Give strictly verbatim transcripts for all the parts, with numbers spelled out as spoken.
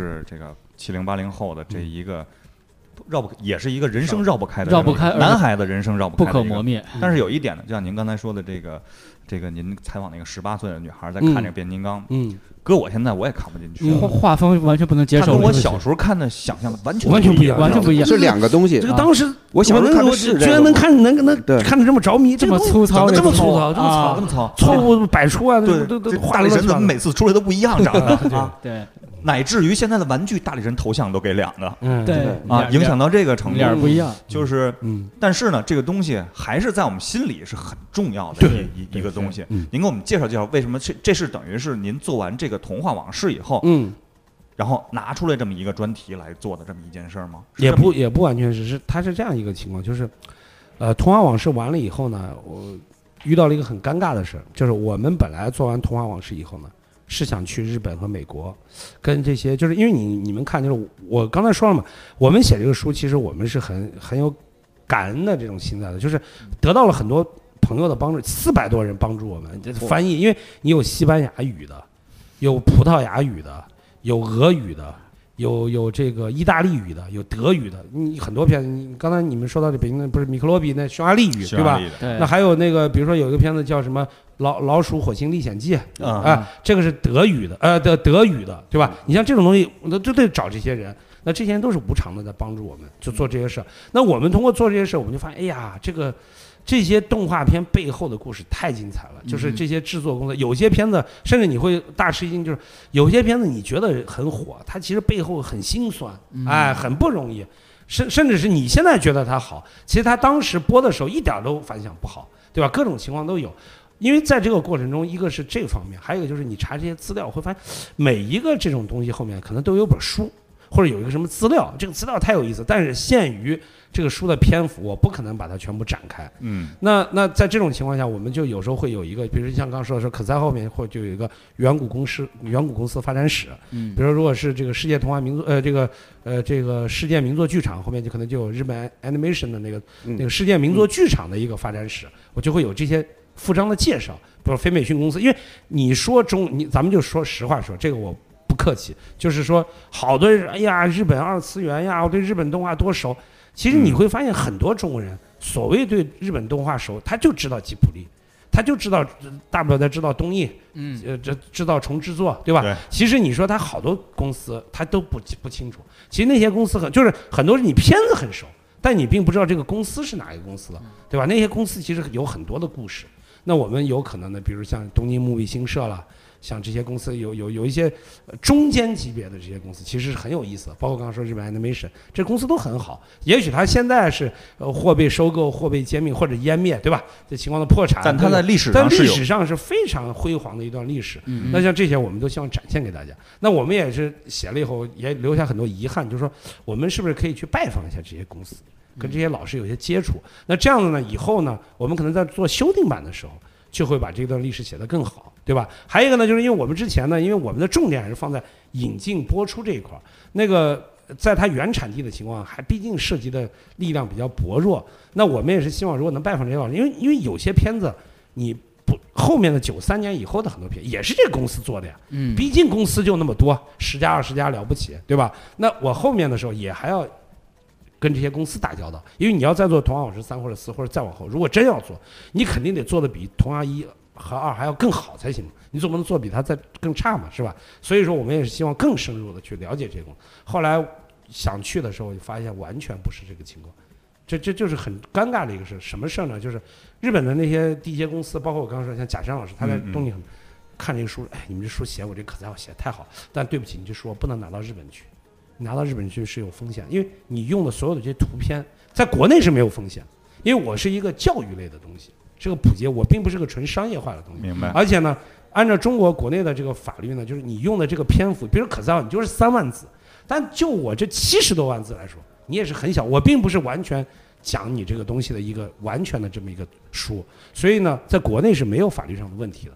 是这个七零八零后的这一个。绕不也是一个人生绕不开的绕不开男孩的人生绕不开不可磨灭。 但是有一点呢，就像您刚才说的这个，这个您采访那个十八岁的女孩在看这个变形金刚， 嗯， 搁我现在我也看不进去， 画画风完全不能接受， 跟我小时候看的想象的完全完全不一样， 完全不一样， 是两个东西。 这个当时我小时候看的是居然能看能能看得这么着迷， 这么粗糙， 这么粗糙， 这么糙，这么糙， 错误百出啊！ 对对对， 大力神怎么每次出来都不一样长得啊？ 对。 乃至于现在的玩具大力神头像都给两个， 嗯， 对啊，影响到这个程度， 脸不一样， 就是， 嗯， 但是呢，这个东西还是在我们心里是很重要的一一一个东西。您给我们介绍介绍，为什么这这是等于是您做完这个童话往事以后， 嗯， 然后拿出来这么一个专题来做的这么一件事吗？ 也不也不完全是，是它是这样一个情况，就是，呃，童话往事完了以后呢，我遇到了一个很尴尬的事，就是我们本来做完童话往事以后呢。是想去日本和美国，跟这些就是因为你你们看，就是我刚才说了嘛，我们写这个书，其实我们是很很有感恩的这种心态的，就是得到了很多朋友的帮助，四百多人帮助我们翻译，因为你有西班牙语的，有葡萄牙语的，有俄语的。有有这个意大利语的，有德语的，你很多片子，你刚才你们说到这北京的不是米克罗比那匈牙利语对吧？ 对。 那还有那个，比如说有一个片子叫什么《老老鼠火星历险记》啊、呃，这个是德语的，呃的德语的，对吧？你像这种东西，我都得找这些人。那这些人都是无偿的在帮助我们，就做这些事。那我们通过做这些事，我们就发现，哎呀，这个。这些动画片背后的故事太精彩了，就是这些制作公司，有些片子甚至你会大吃一惊，就是有些片子你觉得很火，它其实背后很心酸，哎，很不容易，甚甚至是你现在觉得它好，其实它当时播的时候一点都反响不好，对吧？各种情况都有。因为在这个过程中，一个是这方面，还有一个就是你查这些资料会发现，每一个这种东西后面可能都有本书，或者有一个什么资料，这个资料太有意思，但是限于这个书的篇幅，我不可能把它全部展开。 嗯， 那那在这种情况下，我们就有时候会有一个，比如像刚刚说的说，可在后面会就有一个远古公司、远古公司发展史。 嗯， 比如如果是这个世界童话名作，呃，这个呃这个世界名作剧场后面就可能就有日本 animation 的那个、嗯、那个世界名作剧场的一个发展史，我就会有这些附章的介绍。比如飞美讯公司，因为你说中，你咱们就说实话说，这个我。不客气，就是说，好多人，哎呀，日本二次元呀，我对日本动画多熟。其实你会发现，很多中国人所谓对日本动画熟，他就知道吉卜力，他就知道大不了他知道东映， 嗯， 呃，这知道重制作，对吧？ 对。 其实你说他好多公司他都不不清楚，其实那些公司很就是很多你片子很熟，但你并不知道这个公司是哪一个公司的，对吧？那些公司其实有很多的故事。那我们有可能呢，比如像东京木艺新社了。像这些公司有有有一些中间级别的这些公司，其实是很有意思的。包括刚刚说日本 animation， 这公司都很好。也许它现在是呃或被收购，或被歼灭，或者湮灭，对吧？这情况的破产。 但它在历史上是有，但历史上是非常辉煌的一段历史。 嗯、 那像这些，我们都希望展现给大家。那我们也是写了以后，也留下很多遗憾，就是说我们是不是可以去拜访一下这些公司，跟这些老师有些接触？那这样子呢，以后呢，我们可能在做修订版的时候。就会把这段历史写得更好，对吧？还有一个呢，就是因为我们之前呢，因为我们的重点还是放在引进播出这一块，那个在它原产地的情况，还毕竟涉及的力量比较薄弱。那我们也是希望，如果能拜访这些老师，因为因为有些片子你不后面的九三年以后的很多片也是这个公司做的呀， 嗯， 毕竟公司就那么多，十家二十家了不起，对吧？那我后面的时候也还要。跟这些公司打交道，因为你要再做童话往事三或者四或者再往后，如果真要做，你肯定得做的比童话一和二还要更好才行，你总不能做比它再更差嘛，是吧？所以说我们也是希望更深入的去了解这个。后来想去的时候，就发现完全不是这个情况，这这就是很尴尬的一个事。什么事呢？就是日本的那些地接公司，包括我刚刚说像贾山老师，他在东京很看这个书，哎，你们这书写我这可赛我写得太好，但对不起，你这书不能拿到日本去。拿到日本去是有风险，因为你用的所有的这些图片，在国内是没有风险，因为我是一个教育类的东西，是个普及，我并不是个纯商业化的东西。 明白。 而且呢，按照中国国内的这个法律呢，就是你用的这个篇幅，比如可赛你就是三万字，但就我这七十多万字来说，你也是很小，我并不是完全讲你这个东西的一个完全的这么一个书，所以呢，在国内是没有法律上的问题的。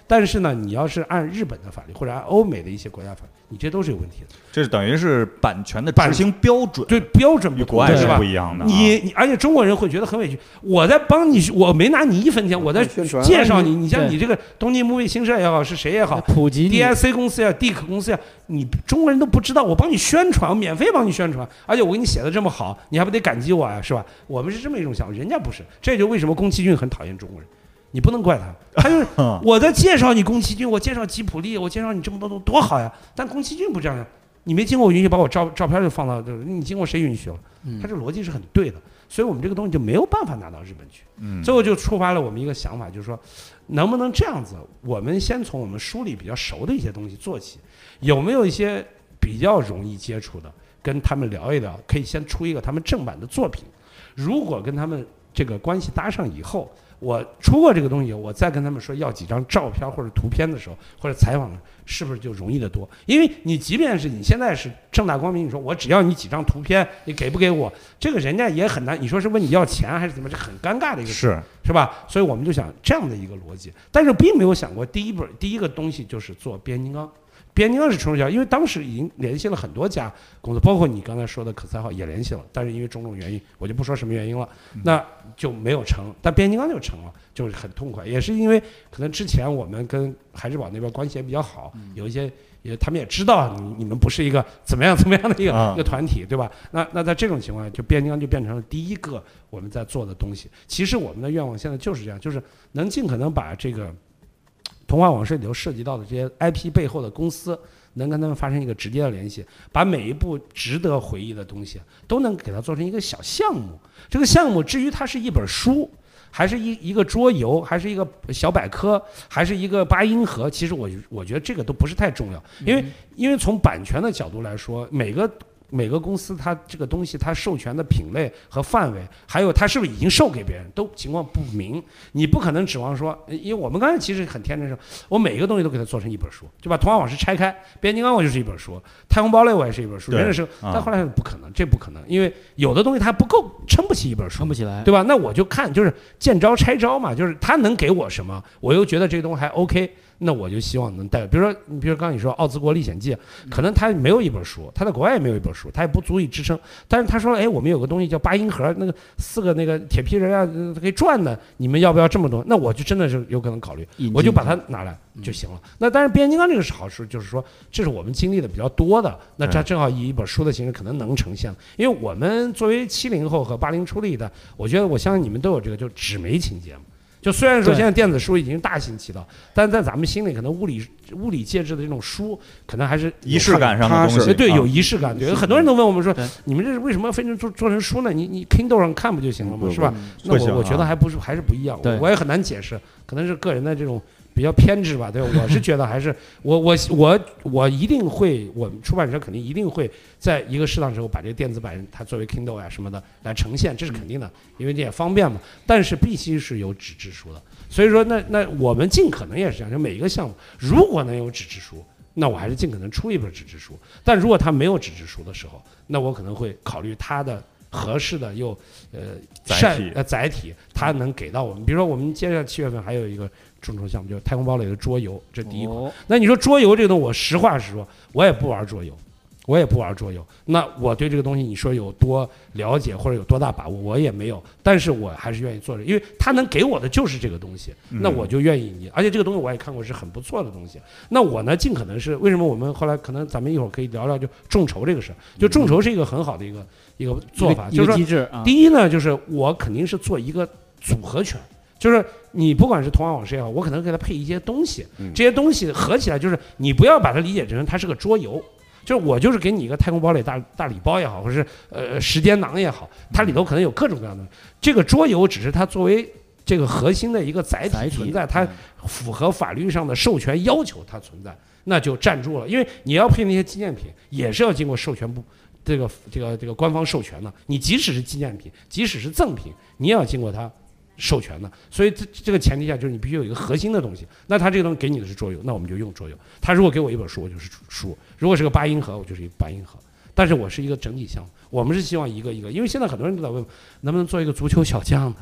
但是呢，你要是按日本的法律或者按欧美的一些国家法律，你这都是有问题的。 这是等于是版权的执行标准， 对标准与国外是不一样的。 你你而且中国人会觉得很委屈，我在帮你，我没拿你一分钱，我在介绍你。你像你这个东京movie新社也好，是谁也好， 普及 D I C 公司呀、D I C 公司呀，你中国人都不知道，我帮你宣传，免费帮你宣传，而且我给你写的这么好，你还不得感激我啊，是吧？我们是这么一种想法，人家不是。这就为什么宫崎骏很讨厌中国人。你不能怪他，他就是我在介绍你宫崎骏，我介绍吉卜力，我介绍你这么多东多好呀。但宫崎骏不这样呀，你没经过我允许把我照照片就放到这，你经过谁允许了？他这逻辑是很对的，所以我们这个东西就没有办法拿到日本去。嗯，最后就触发了我们一个想法，就是说，能不能这样子？我们先从我们书里比较熟的一些东西做起，有没有一些比较容易接触的，跟他们聊一聊，可以先出一个他们正版的作品。如果跟他们这个关系搭上以后，我出过这个东西，我再跟他们说要几张照片或者图片的时候，或者采访，是不是就容易得多？因为你即便是你现在是正大光明，你说我只要你几张图片，你给不给我？这个人家也很难。你说是问你要钱还是怎么？这很尴尬的一个事， 是是吧？所以我们就想这样的一个逻辑，但是并没有想过第一本第一个东西就是做变形金刚。变形金刚是纯属巧，因为当时已经联系了很多家公司，包括你刚才说的可赛号也联系了，但是因为种种原因，我就不说什么原因了，那就没有成。但变形金刚就成了，就是很痛快，也是因为可能之前我们跟海之宝那边关系也比较好，有一些也他们也知道你你们不是一个怎么样怎么样的一个、啊、一个团体，对吧？那那在这种情况下，就变形金刚就变成了第一个我们在做的东西。其实我们的愿望现在就是这样，就是能尽可能把这个童话往事里头涉及到的这些 I P 背后的公司，能跟他们发生一个直接的联系，把每一部值得回忆的东西都能给它做成一个小项目。这个项目至于它是一本书，还是一一个桌游，还是一个小百科，还是一个八音盒，其实我我觉得这个都不是太重要，因为因为从版权的角度来说，每个。每个公司它这个东西它授权的品类和范围，还有它是不是已经授给别人，都情况不明。你不可能指望说，因为我们刚才其实很天真说，我每个东西都给它做成一本书，就把童话往事拆开，变形金刚我就是一本书，太空堡垒我也是一本书，人的生，但后来不可能，这不可能，因为有的东西它不够，撑不起一本书， 撑不起来， 对吧？那我就看就是见招拆招嘛，就是他能给我什么，我又觉得这个东西还 OK。那我就希望能带，比如说，你比如刚才你说《奥兹国历险记》，可能他没有一本书，他在国外也没有一本书，他也不足以支撑。但是他说，哎，我们有个东西叫八音盒，那个四个那个铁皮人啊，可以转的，你们要不要这么多？那我就真的是有可能考虑，我就把它拿来就行了。那但是变形金刚这个是好处，就是说这是我们经历的比较多的，那这正好以一本书的形式可能能呈现。因为我们作为七零后和八零出力的，我觉得我相信你们都有这个，就纸媒情节嘛。就虽然说现在电子书已经大行其道，但在咱们心里可能物理物理介质的这种书，可能还是仪式感上的东西。 对，有仪式感。对，很多人都问我们说，你们这是为什么非得做做成书呢？你你 Kindle 上看不就行了吗？是吧？那我我觉得还不是还是不一样，我也很难解释，可能是个人的这种比较偏执吧。对，我是觉得还是我我我我一定会，我们出版社肯定一定会在一个适当时候把这个电子版它作为 Kindle 啊什么的来呈现，这是肯定的，因为这也方便嘛。但是必须是有纸质书的。所以说那，那那我们尽可能也是这样，就每一个项目，如果能有纸质书，那我还是尽可能出一本纸质书。但如果它没有纸质书的时候，那我可能会考虑它的合适的又呃载体呃载体，它能给到我们。比如说，我们接着七月份还有一个众筹项目，就是太空堡垒的桌游，这第一款。哦、那你说桌游这个东西，我实话实说，我也不玩桌游。我也不玩桌游，那我对这个东西你说有多了解或者有多大把握，我也没有，但是我还是愿意做这，因为他能给我的就是这个东西，那我就愿意你，而且这个东西我也看过是很不错的东西。那我呢，尽可能是为什么我们后来可能咱们一会儿可以聊聊就众筹这个事儿，就众筹是一个很好的一个一个做法，就是说，第一呢，就是我肯定是做一个组合拳。就是你不管是童话往事也好，我可能给它配一些东西，这些东西合起来，就是你不要把它理解成它是个桌游。就是我就是给你一个太空堡垒大大礼包也好，或者是呃时间囊也好，它里头可能有各种各样的。这个桌游只是它作为这个核心的一个载体存在，它符合法律上的授权要求，它存在，那就站住了。因为你要配那些纪念品，也是要经过授权部这个这个这个官方授权的。你即使是纪念品，即使是赠品，你也要经过它授权的，所以这这个前提下就是你必须有一个核心的东西。那他这个东西给你的是桌游，那我们就用桌游。他如果给我一本书，我就是书；如果是个八音盒，我就是一个八音盒。但是我是一个整体项目，我们是希望一个一个，因为现在很多人都在问，能不能做一个足球小将的，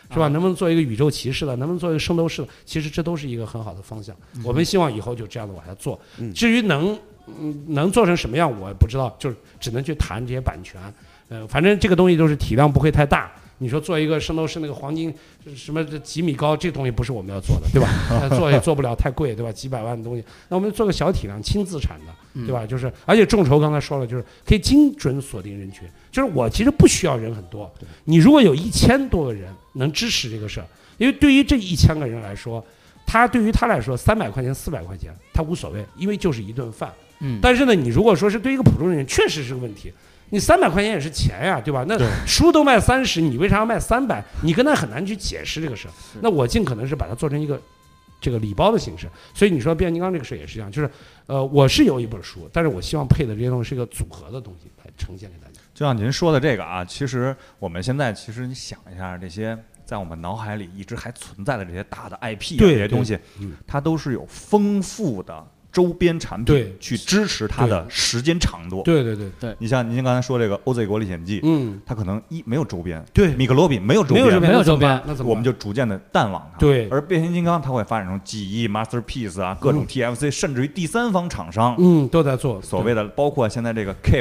是吧？能不能做一个宇宙骑士的，能不能做一个圣斗士的？其实这都是一个很好的方向。我们希望以后就这样的往下做。至于能嗯能做成什么样，我不知道，就是只能去谈这些版权。呃，反正这个东西都是体量不会太大。你说做一个圣斗士那个黄金什么几米高，这个东西不是我们要做的，对吧？做也做不了，太贵，对吧？几百万的东西，那我们做个小体量轻资产的，对吧？就是而且众筹刚才说了，就是可以精准锁定人群，就是我其实不需要人很多，你如果有一千多个人能支持这个事儿，因为对于这一千个人来说，他对于他来说三百块钱四百块钱他无所谓，因为就是一顿饭。嗯，但是呢，你如果说是对一个普通人，确实是个问题。你三百块钱也是钱呀，对吧？那书都卖三十，你为啥要卖三百？你跟他很难去解释这个事。那我尽可能是把它做成一个这个礼包的形式。所以你说变形金刚这个事也是一样，就是呃，我是有一本书，但是我希望配的这些东西是一个组合的东西来呈现给大家。 就像您说的这个啊，其实我们现在其实你想一下，这些在我们脑海里一直还存在的这些大的 I P 啊，这些东西，它都是有丰富的周边产品去支持它的时间长度。 对对对对， 你像您刚才说这个《O Z 国历险记》，嗯，它可能一没有周边， 对， 米格罗比没有周边， 没有周边， 那怎么我们就逐渐的淡忘它。 对， 而变形金刚它会发展成记忆、Masterpiece 啊，各种 T F C，、嗯、甚至于第三方厂商， 嗯，都在做所谓的，包括现在这个 K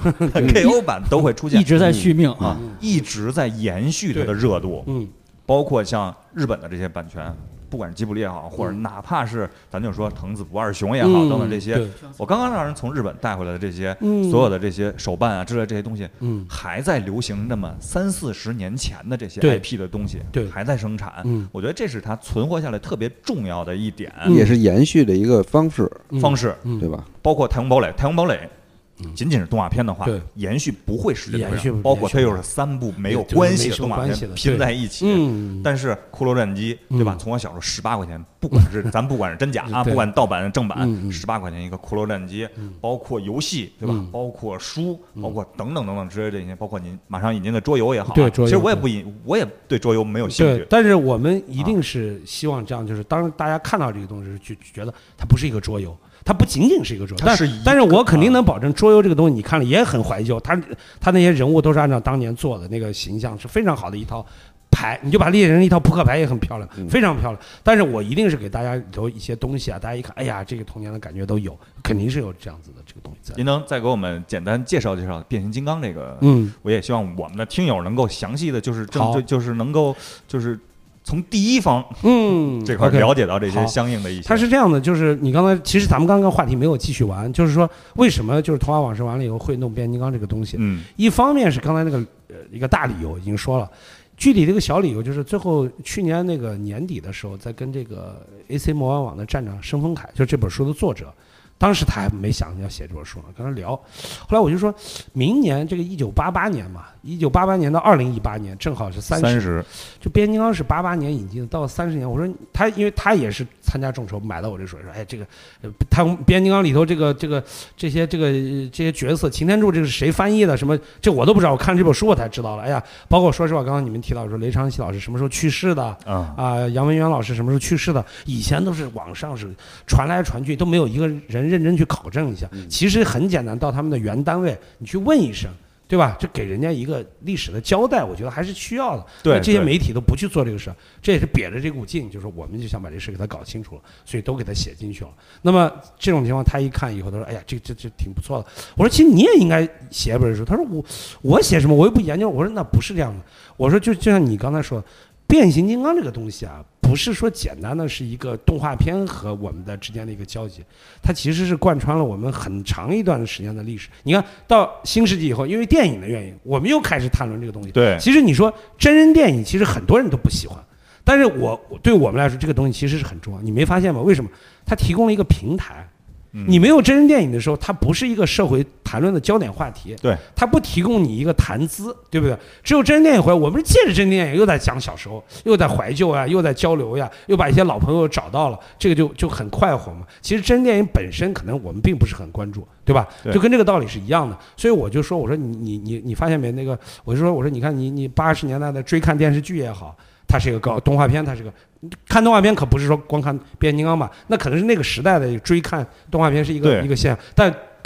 O、K O 版都会出现， 一直在续命啊、嗯，一直在延续它的热度。嗯，包括像日本的这些版权。不管是吉卜力也好，或者哪怕是咱就说藤子不二雄也好， 嗯、 等等这些，我刚刚让人从日本带回来的这些、嗯、所有的这些手办啊之类的这些东西，嗯，还在流行那么三四十年前的这些 I P 的东西， 对， 还在生产。嗯，我觉得这是它存活下来特别重要的一点， 也是延续的一个方式， 嗯、 方式， 嗯、 对吧？包括太空堡垒，太空堡垒。仅仅是动画片的话，延续不会时间延续， 包括它又是三部没有关系的动画片拼在一起。 嗯， 但是骷髅战机，对吧？从我小时候十八块钱，不管是咱不管是真假啊，不管盗版正版，十八块钱一个骷髅战机，包括游戏，对吧？包括书，包括等等等等之类这些，包括您马上引进的桌游也好， 对， 其实我也不引，我也对桌游没有兴趣。 但是我们一定是希望这样，就是当大家看到这个东西，就觉得它不是一个桌游。它不仅仅是一个桌游，但是但是我肯定能保证桌游这个东西你看了也很怀旧，它它那些人物都是按照当年做的，那个形象是非常好的一套牌，你就把猎人一套扑克牌也很漂亮，非常漂亮。但是我一定是给大家留一些东西啊，大家一看，哎呀，这个童年的感觉都有，肯定是有这样子的这个东西在。 您能再给我们简单介绍介绍变形金刚这个？嗯，我也希望我们的听友能够详细的，就是就就是能够就是。从第一方，嗯，这块了解到这些相应的一些。 它是这样的，就是你刚才其实咱们刚刚话题没有继续完，就是说为什么就是童话往事完了以后会弄变形金刚这个东西？嗯，一方面是刚才那个呃一个大理由已经说了，具体这个小理由就是最后去年那个年底的时候，在跟这个 A C 魔玩网的站长申丰凯，就是这本书的作者。当时他还没想要写这本书呢，跟他聊。后来我就说，明年这个一九八八年嘛，一九八八年到二零一八年正好是三三十。 就变形金刚是八八年引进的，到三十年。我说他，因为他也是参加众筹买到我这书，说哎，这个他变形金刚里头这个这个这些这个这些角色，擎天柱这是谁翻译的？什么这我都不知道，我看了这本书我才知道了。哎呀，包括说实话，刚刚你们提到说雷长熙老师什么时候去世的啊？啊，杨文渊老师什么时候去世的？以前都是网上是传来传去，都没有一个人认真去考证一下，其实很简单，到他们的原单位你去问一声，对吧？就给人家一个历史的交代，我觉得还是需要的。 对， 这些媒体都不去做这个事，这也是瘪着这股劲，就是我们就想把这事给他搞清楚了，所以都给他写进去了。那么这种情况，他一看以后，他说：“哎呀，这这这挺不错的。”我说：“其实你也应该写一本书。”他说：“我我写什么？我又不研究。”我说：“那不是这样的。”我说：“就就像你刚才说，变形金刚这个东西啊。”不是说简单的是一个动画片和我们的之间的一个交集，它其实是贯穿了我们很长一段时间的历史。你看到新世纪以后，因为电影的原因，我们又开始谈论这个东西。 对， 其实你说真人电影，其实很多人都不喜欢，但是我对我们来说，这个东西其实是很重要。你没发现吗？为什么？它提供了一个平台。你没有真人电影的时候，它不是一个社会谈论的焦点话题， 对， 它不提供你一个谈资，对不对？只有真人电影回来，我们是借着真人电影又在讲小时候，又在怀旧啊，又在交流呀，又把一些老朋友找到了，这个就就很快活嘛。其实真人电影本身可能我们并不是很关注，对吧？ 对， 就跟这个道理是一样的。所以我就说，我说你你你你发现没？那个我就说，我说你看你你八十年代的追看电视剧也好。它是一个高动画片，它是个看动画片，可不是说光看变形金刚吧？那可能是那个时代的追看动画片是一个一个现象。但变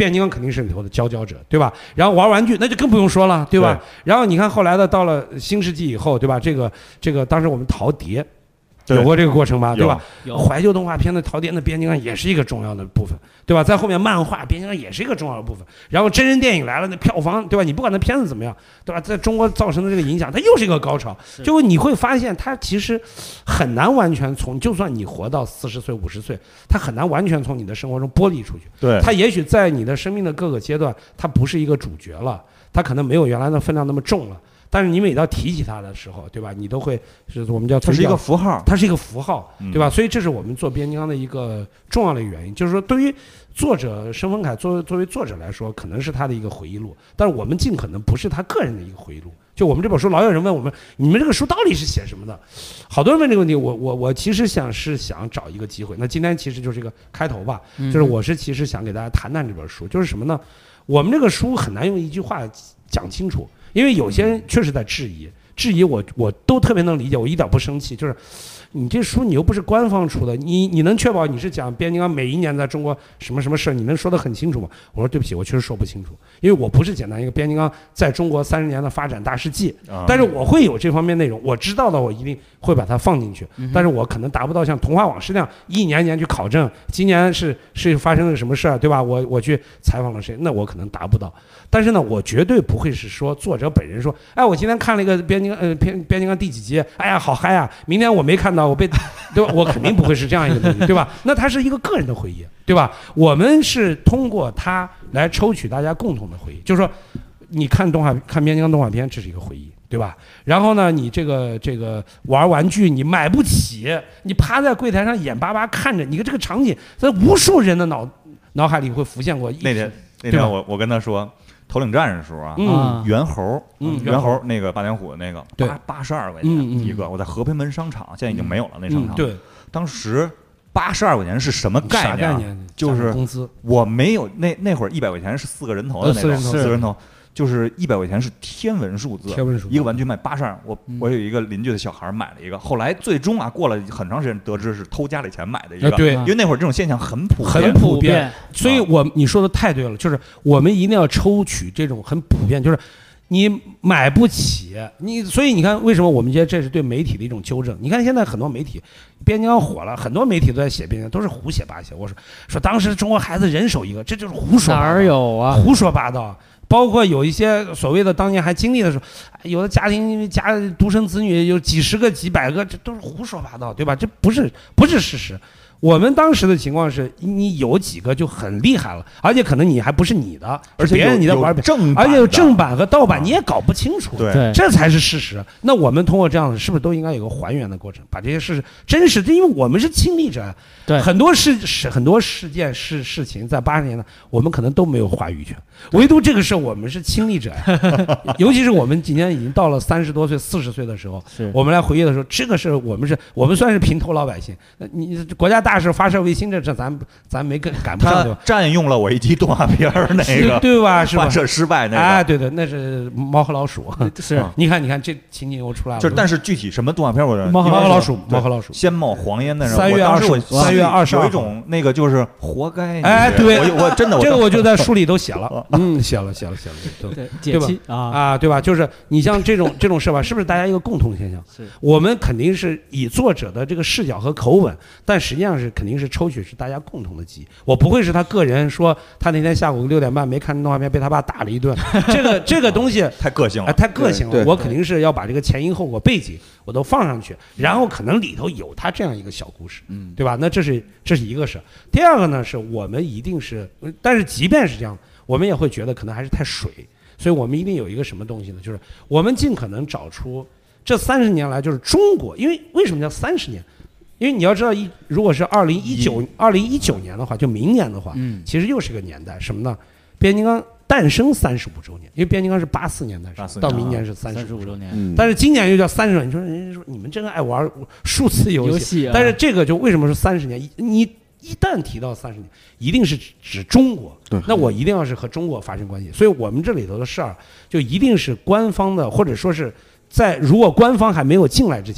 变形金刚肯定是里头的佼佼者，对吧？然后玩玩具那就更不用说了，对吧？对，然后你看后来的到了新世纪以后，对吧？这个这个当时我们淘碟。有过这个过程吧，对吧？怀旧动画片的淘碟的变形金刚也是一个重要的部分，对吧？在后面漫画变形金刚也是一个重要的部分。然后真人电影来了，那票房，对吧？你不管那片子怎么样，对吧？在中国造成的这个影响，它又是一个高潮。就你会发现，它其实很难完全从，就算你活到四十岁、五十岁，它很难完全从你的生活中剥离出去。 对， 它也许在你的生命的各个阶段，它不是一个主角了，它可能没有原来的分量那么重了。但是你每到提起它的时候，对吧？你都会是我们叫它是一个符号， 它是一个符号，对吧？所以这是我们做变形金刚的一个重要的原因，就是说对于作者申丰凯作为作为作者来说，可能是他的一个回忆录，但是我们尽可能不是他个人的一个回忆录。就我们这本书，老有人问我们，你们这个书到底是写什么的？好多人问这个问题，我我我其实想是想找一个机会。那今天其实就是一个开头吧，就是我是其实想给大家谈谈这本书，就是什么呢？我们这个书很难用一句话讲清楚。因为有些人确实在质疑，质疑我，我都特别能理解，我一点不生气。就是你这书你又不是官方出的，你你能确保你是讲变形金刚每一年在中国什么什么事，你能说得很清楚吗？我说对不起，我确实说不清楚，因为我不是简单一个变形金刚在中国三十年的发展大事记，但是我会有这方面内容，我知道的我一定会把它放进去，但是我可能达不到像童话往事那样一年年去考证，今年是是发生了什么事儿，对吧？我我去采访了谁，那我可能达不到。但是呢，我绝对不会是说作者本人说，哎，我今天看了一个变形金刚，呃，变变形金刚第几集，哎呀，好嗨啊！明天我没看到，我被，对吧？我肯定不会是这样一个东西，对吧？那它是一个个人的回忆，对吧？我们是通过它来抽取大家共同的回忆，就是说，你看动画，看变形金刚动画片，这是一个回忆，对吧？然后呢，你这个这个玩玩具，你买不起，你趴在柜台上眼巴巴看着，你看这个场景，在无数人的脑脑海里会浮现过。 那天那天我我跟他说。头领战士的时候啊， 嗯， 猿猴， 嗯， 猿猴那个霸天虎的那个，八八十二块钱一个，我在和平门商场，现在已经没有了那商场。 对， 当时八十二块钱是什么概念？ 就是工资， 我没有那那会儿一百块钱是四个人头的那种，四个人头。就是一百块钱是天文数字， 天文数字一个玩具卖八十二。我我有一个邻居的小孩买了一个，后来最终啊过了很长时间得知是偷家里钱买的一个， 对， 因为那会儿这种现象很普遍， 很普遍。所以我你说的太对了，就是我们一定要抽取这种很普遍，就是你买不起，你所以你看为什么我们觉得这是对媒体的一种纠正？你看现在很多媒体变形金刚火了，很多媒体都在写变形金刚，都是胡写八写。我说说当时中国孩子人手一个，这就是胡说八道， 哪儿有啊？ 胡说八道。包括有一些所谓的当年还经历的时候，有的家庭家独生子女有几十个几百个，这都是胡说八道，对吧？这不是不是事实。我们当时的情况是，你有几个就很厉害了，而且可能你还不是你的， 而且别人你在玩正， 而且有正版和盗版你也搞不清楚， 对， 这才是事实。那我们通过这样的，是不是都应该有个还原的过程，把这些事实真实，因为我们是亲历者， 对， 很多事事很多事件事事情在八十年代我们可能都没有话语权，唯独这个事我们是亲历者，尤其是我们今年已经到了三十多岁、四十岁的时候，我们来回忆的时候，这个事我们是我们算是平头老百姓，你国家大。大事发射卫星，这这咱咱没跟赶不上，对吧？ 占用了我一集动画片那个， 对吧？是吧？ 发射失败那个， 哎，对对，那是猫和老鼠。 是， 你看，你看这情景又出来了。 就是，但是具体什么动画片，我猫和老鼠，猫和老鼠， 先冒黄烟那是。 三月二十，三月二十有一种那个就是活该。 哎，对， 我我真的， 这个我就在书里都写了，嗯，写了写了写了， 对， 对吧？啊啊，对吧？就是你像这种这种事吧，是不是大家一个共同现象？ 是， 我们肯定是以作者的这个视角和口吻，但实际上是肯定是抽取。是大家共同的记忆，我不会是他个人说他那天下午六点半没看动画片被他爸打了一顿，这个这个东西太个性了， 哎，太个性了。我肯定是要把这个前因后果背景我都放上去，然后可能里头有他这样一个小故事，嗯，对吧？那这是这是一个事。第二个呢，是我们一定是，但是即便是这样，我们也会觉得可能还是太水，所以我们一定有一个什么东西呢？就是我们尽可能找出这三十年来，就是中国，因为为什么叫三十年？因为你要知道，一如果是二零一九二零一九年的话，就明年的话， 嗯， 其实又是个年代，什么呢？变形金刚诞生三十五周年，因为变形金刚是八四年诞生，到明年是三十五周年， 嗯，但是今年又叫三十周年。你说人家说你们真爱玩数字游戏，但是这个就为什么是三十年？你一旦提到三十年，一定是指中国，那我一定要是和中国发生关系，所以我们这里头的事儿就一定是官方的，或者说是在如果官方还没有进来之前。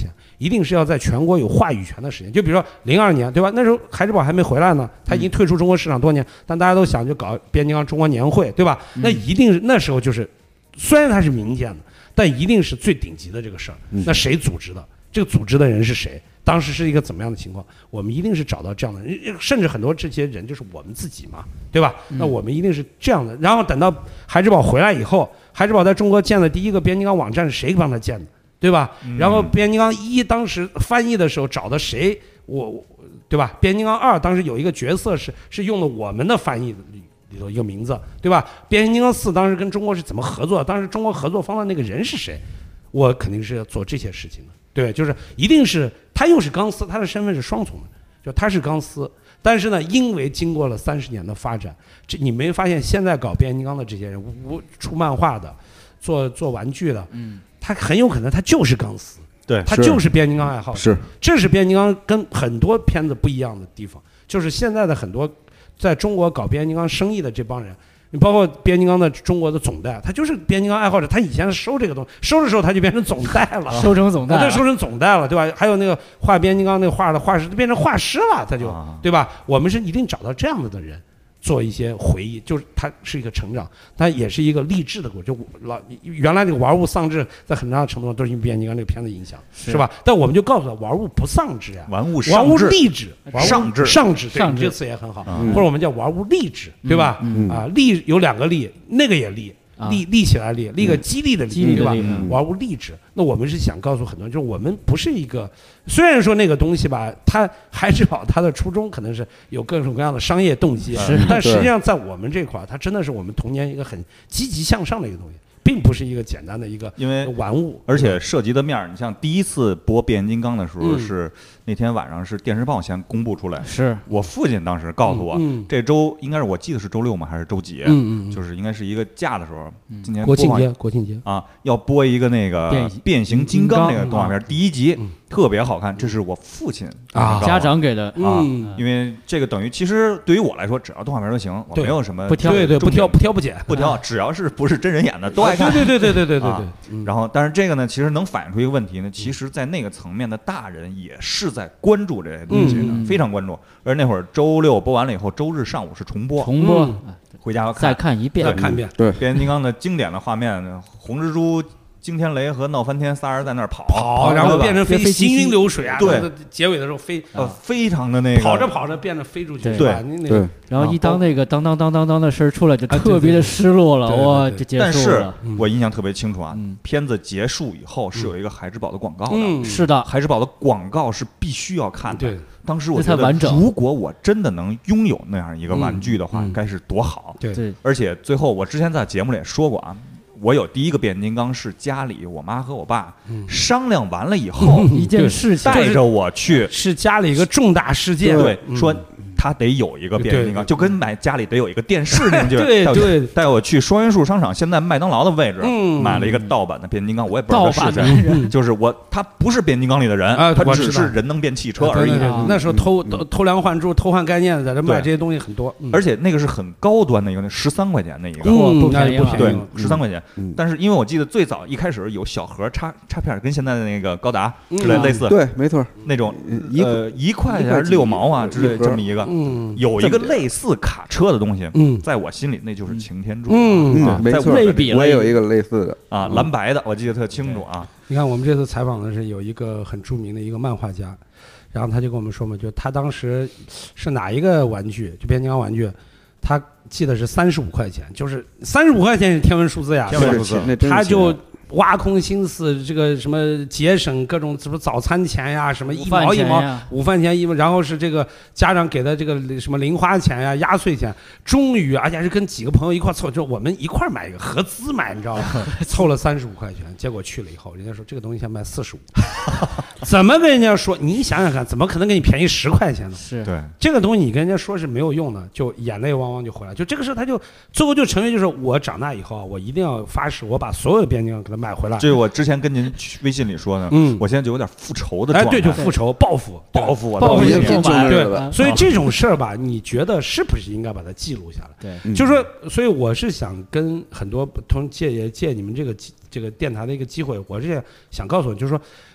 一定是要在全国有话语权的时间。就比如说零二年，对吧？那时候孩之宝还没回来呢，他已经退出中国市场多年，但大家都想就搞变形金刚中国年会，对吧？那一定是那时候就是，虽然它是民间的，但一定是最顶级的这个事儿。那谁组织的？这个组织的人是谁？当时是一个怎么样的情况？我们一定是找到这样的人，甚至很多这些人就是我们自己嘛，对吧？那我们一定是这样的。然后等到孩之宝回来以后，孩之宝在中国建的第一个变形金刚网站是谁帮他建的，对吧？然后变形金刚一当时翻译的时候找的谁？我，对吧？变形金刚二当时有一个角色是是用了我们的翻译里头一个名字，对吧？变形金刚四当时跟中国是怎么合作？当时中国合作方的那个人是谁？我肯定是要做这些事情的。对，就是一定是他又是钢丝，他的身份是双重的，就他是钢丝，但是呢，因为经过了三十年的发展，这你没发现现在搞变形金刚的这些人，无出漫画的，做做玩具的，嗯，他很有可能他就是钢丝， 对， 他就是变形金刚爱好者， 是， 这是变形金刚跟很多片子不一样的地方，就是现在的很多在中国搞变形金刚生意的这帮人。你包括变形金刚的中国的总代，他就是变形金刚爱好者，他以前是收这个东西，收的时候他就变成总代了， 收成总代， 他收成总代了，对吧？还有那个画变形金刚那个画的画师，变成画师了，他就，对吧？我们是一定找到这样子的人，做一些回忆，就是他是一个成长，他也是一个励志的过程。就老原来这个玩物丧志，在很大程度上都是因为变形金刚这个片子影响，是吧？但我们就告诉他，玩物不丧志呀， 玩物玩物励志， 上志上志， 上志这个词也很好，或者我们叫玩物励志，对吧？啊，励有两个励，那个也励。立立起来立，立个激励的励，对吧？玩物励志。那我们是想告诉很多人，就是我们不是一个，虽然说那个东西吧，它孩之宝它的初衷可能是有各种各样的商业动机，但实际上在我们这块儿，它真的是我们童年一个很积极向上的一个东西。并不是一个简单的一个因为玩物， 而且涉及的面儿，你像第一次播变形金刚的时候，是那天晚上是电视报先公布出来， 是我父亲当时告诉我，这周应该是我记得是周六吗还是周几？ 嗯嗯， 就是应该是一个假的时候，今年国庆节，国庆节啊，要播一个那个变形金刚那个动画片第一集。特别好看，这是我父亲啊，家长给的啊，因为这个等于其实对于我来说，只要动画片都行，我没有什么不挑， 对对，不挑不挑不拣， 不挑，只要是不是真人演的都爱看。 对对对对对对对。然后，但是这个呢，其实能反映出一个问题呢，其实，在那个层面的大人也是在关注这些东西的，非常关注。而那会儿周六播完了以后，周日上午是重播， 重播， 回家要看， 再看一遍， 再看一遍。 对， 变形金刚的经典的画面，红蜘蛛。惊天雷和闹翻天仨人在那儿跑， 跑，然后变成飞行云流水啊！ 对， 结尾的时候飞， 呃，非常的那个， 跑着跑着变得飞出去， 对对。 然后一当那个当当当当当的声出来，就特别的失落了，哇，就结束了。 但是我印象特别清楚啊，片子结束以后是有一个孩之宝的广告的， 是的， 孩之宝的广告是必须要看的。 对， 当时我觉得，如果我真的能拥有那样一个玩具的话，该是多好。 对， 而且最后我之前在节目里也说过啊。我有第一个变形金刚是家里我妈和我爸商量完了以后， 一件事情带着我去， 是家里一个重大事件， 对，说他得有一个变形金刚，就跟买家里得有一个电视那句， 对对， 带我去双榆树商场，现在麦当劳的位置，买了一个盗版的变形金刚，我也不知道他是谁，就是我，他不是变形金刚里的人，他只是人能变汽车而已。 那时候偷偷梁换柱、偷换概念，在这卖这些东西很多， 而且那个是很高端的一个，十三块钱的一个， 不便宜， 对，十三块钱。但是因为我记得最早一开始有小盒插插片，跟现在的那个高达之类类似， 对，没错， 那种呃一块钱六毛啊之类这么一个，有一个类似卡车的东西，在我心里那就是擎天柱， 嗯，没错，我也有一个类似的啊，蓝白的，我记得特清楚啊。 你看我们这次采访的是有一个很著名的一个漫画家，然后他就跟我们说嘛，就他当时是哪一个玩具，就变形金刚玩具，他记得是三十五块钱，就是三十五块钱是天文数字呀， 天文数字， 他就挖空心思，这个什么节省各种什么早餐钱呀，什么一毛一毛午饭钱一毛，然后是这个家长给的这个什么零花钱呀、压岁钱，终于而且是跟几个朋友一块凑，就我们一块买一个合资买，你知道吗？凑了三十五块钱，结果去了以后，人家说这个东西现在卖四十五，怎么跟人家说？你想想看，怎么可能给你便宜十块钱呢？ 是对这个东西，你跟人家说是没有用的，就眼泪汪汪就回来。就这个事，他就最后就成为就是我长大以后，我一定要发誓，我把所有的变形金刚给他买回来。 这是我之前跟您微信里说的，嗯，我现在就有点复仇的状态， 哎，对，就复仇、报复、 报复我报复对对， 所以这种事儿吧，你觉得是不是应该把它记录下来？ 对， 就是说，所以我是想跟很多同借也借你们这个这个电台的一个机会，我是想告诉你，就是说，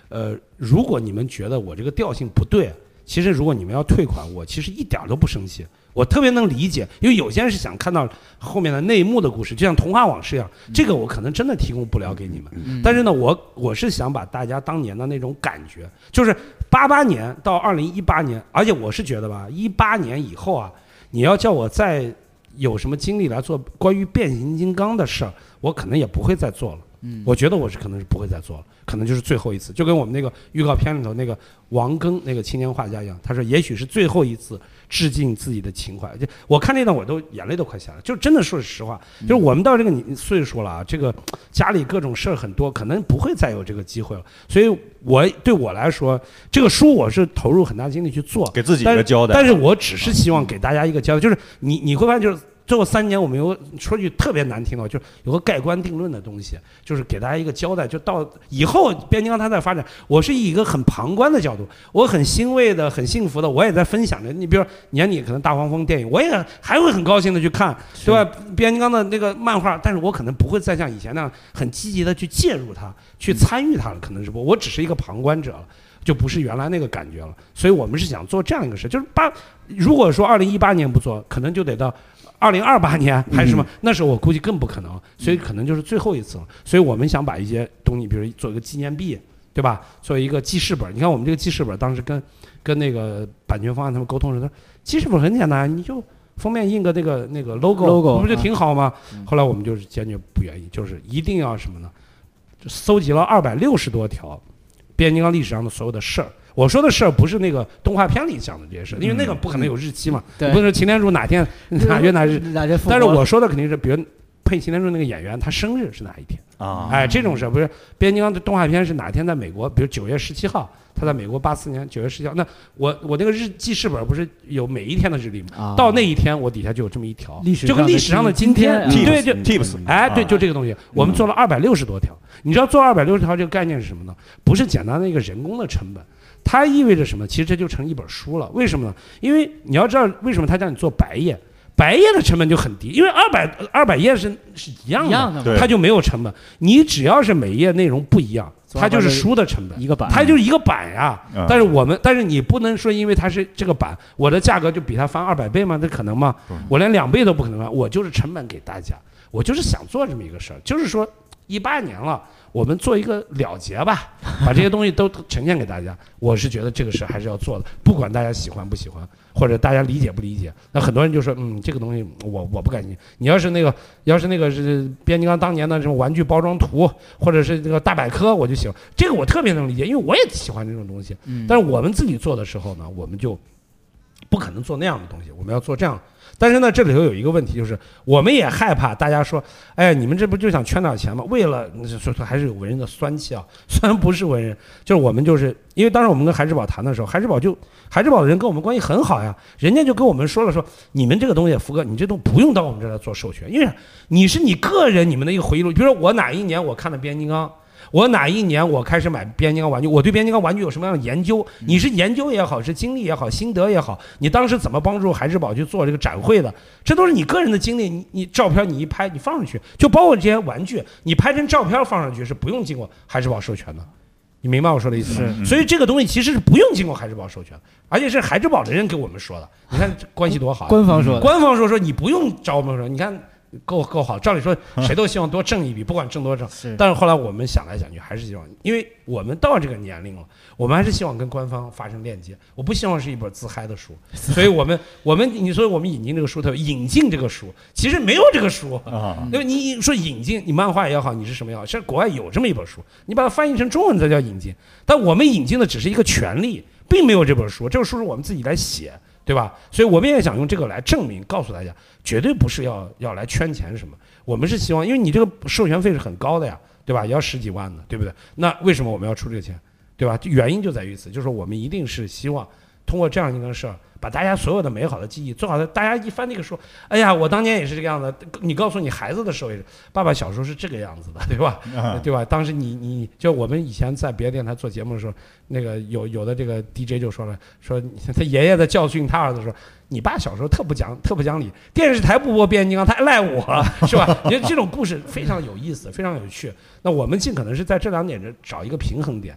呃，如果你们觉得我这个调性不对，其实如果你们要退款，我其实一点都不生气，我特别能理解，因为有些人是想看到后面的内幕的故事，就像童话往事一样，这个我可能真的提供不了给你们。嗯、但是呢，我我是想把大家当年的那种感觉，就是八八年到二零一八年，而且我是觉得吧，一八年以后啊，你要叫我再有什么精力来做关于变形金刚的事儿，我可能也不会再做了。嗯，我觉得我是可能是不会再做了，可能就是最后一次，就跟我们那个预告片里头那个王庚那个青年画家一样，他说也许是最后一次致敬自己的情怀。就我看那段我都眼泪都快下来，就真的说实话，就是我们到这个岁数了啊，这个家里各种事儿很多，可能不会再有这个机会了。所以我对我来说，这个书我是投入很大精力去做， 给自己一个交代。 但是我只是希望给大家一个交代，就是你你会发现就是。最后三年，我们有说句特别难听的，就是有个盖棺定论的东西，就是给大家一个交代。就到以后变形金刚它在发展，我是以一个很旁观的角度，我很欣慰的、很幸福的，我也在分享着。你比如说年底可能大黄蜂电影，我也还会很高兴的去看，对吧？变形金刚的那个漫画，但是我可能不会再像以前那样很积极的去介入它、去参与它了，可能是不，我只是一个旁观者了。就不是原来那个感觉了，所以我们是想做这样一个事，就是八，如果说二零一八年不做，可能就得到二零二八年还是什么，嗯、那时候我估计更不可能，所以可能就是最后一次了。所以我们想把一些东西，比如做一个纪念币，对吧？作为一个记事本，你看我们这个记事本当时跟跟那个版权方案他们沟通时，他说记事本很简单，你就封面印个那个那个 logo， logo 不就挺好吗？ 嗯、 后来我们就是坚决不愿意，就是一定要什么呢？就搜集了二百六十多条。变形金刚历史上的所有的事儿，我说的事儿不是那个动画片里讲的这些事，因为那个不可能有日期嘛， 嗯、 不是擎天柱哪天哪月哪日， 哪天但是我说的肯定是，比如配擎天柱那个演员，他生日是哪一天啊？哎，这种事儿不是变形金刚的动画片是哪天在美国，比如九月十七号，他在美国八四年九月十七号，那我我那个日记事本不是有每一天的日历吗？啊、到那一天我底下就有这么一条，就跟历史上的今天， 今天对，就 tips， 哎，对，就这个东西，我们做了二百六十多条。你知道做二百六十条这个概念是什么呢？不是简单的一个人工的成本，它意味着什么？其实这就成一本书了。为什么呢？因为你要知道为什么他叫你做白页，白页的成本就很低，因为二百二百页是是一样的， 样的它就没有成本。你只要是每页内容不一样，它就是书的成本， 一个版， 它就是一个版呀。嗯、但是我们，但是你不能说因为它是这个版，我的价格就比它翻二百倍吗？这可能吗？嗯、我连两倍都不可能翻，我就是成本给大家，我就是想做这么一个事儿，就是说。一八年了，我们做一个了结吧，把这些东西都呈现给大家。我是觉得这个事还是要做的，不管大家喜欢不喜欢，或者大家理解不理解。那很多人就说，嗯，这个东西我我不感兴趣。你要是那个，要是那个是变形金刚当年的什么玩具包装图，或者是这个大百科，我就喜欢。这个我特别能理解，因为我也喜欢这种东西。但是我们自己做的时候呢，我们就不可能做那样的东西，我们要做这样。但是呢，这里头有一个问题，就是我们也害怕大家说，哎，你们这不就想圈点钱吗？为了说说还是有文人的酸气啊，虽然不是文人，就是我们就是因为当时我们跟孩之宝谈的时候，孩之宝就孩之宝的人跟我们关系很好呀，人家就跟我们说了说，你们这个东西，福哥，你这都不用到我们这来做授权，因为你是你个人你们的一个回忆录，比如说我哪一年我看的变形金刚。我哪一年我开始买变形金刚玩具？我对变形金刚玩具有什么样的研究？你是研究也好，是经历也好，心得也好，你当时怎么帮助孩之宝去做这个展会的？这都是你个人的经历。你你照片你一拍，你放上去，就包括这些玩具，你拍成照片放上去是不用经过孩之宝授权的。你明白我说的意思吗？所以这个东西其实是不用经过孩之宝授权，而且是孩之宝的人给我们说的。你看关系多好、啊， 官方说的， 官方说说你不用找我们说，你看。够够好，照理说谁都希望多挣一笔，不管挣多挣。但是后来我们想来想去，还是希望，因为我们到这个年龄了，我们还是希望跟官方发生链接。我不希望是一本自嗨的书，所以我们我们你说我们引进这个书，特别引进这个书，其实没有这个书。因为你说引进，你漫画也好，你是什么也好，像国外有这么一本书，你把它翻译成中文才叫引进。但我们引进的只是一个权利，并没有这本书，这本书是我们自己来写。对吧？所以我们也想用这个来证明，告诉大家，绝对不是要要来圈钱什么。我们是希望，因为你这个授权费是很高的呀，对吧？也要十几万的，对不对？那为什么我们要出这个钱，对吧？原因就在于此，就是我们一定是希望通过这样一个事儿，把大家所有的美好的记忆做好的。大家一翻那个书，哎呀，我当年也是这个样子。你告诉你孩子的时候也是，爸爸小时候是这个样子的，对吧？啊、对吧？当时你你就我们以前在别的电台做节目的时候，那个有有的这个 D J 就说了，说他爷爷在教训他儿子说，你爸小时候特不讲特不讲理，电视台不播变形金刚，他还赖我，是吧？你觉得这种故事非常有意思，非常有趣。那我们尽可能是在这两点找一个平衡点。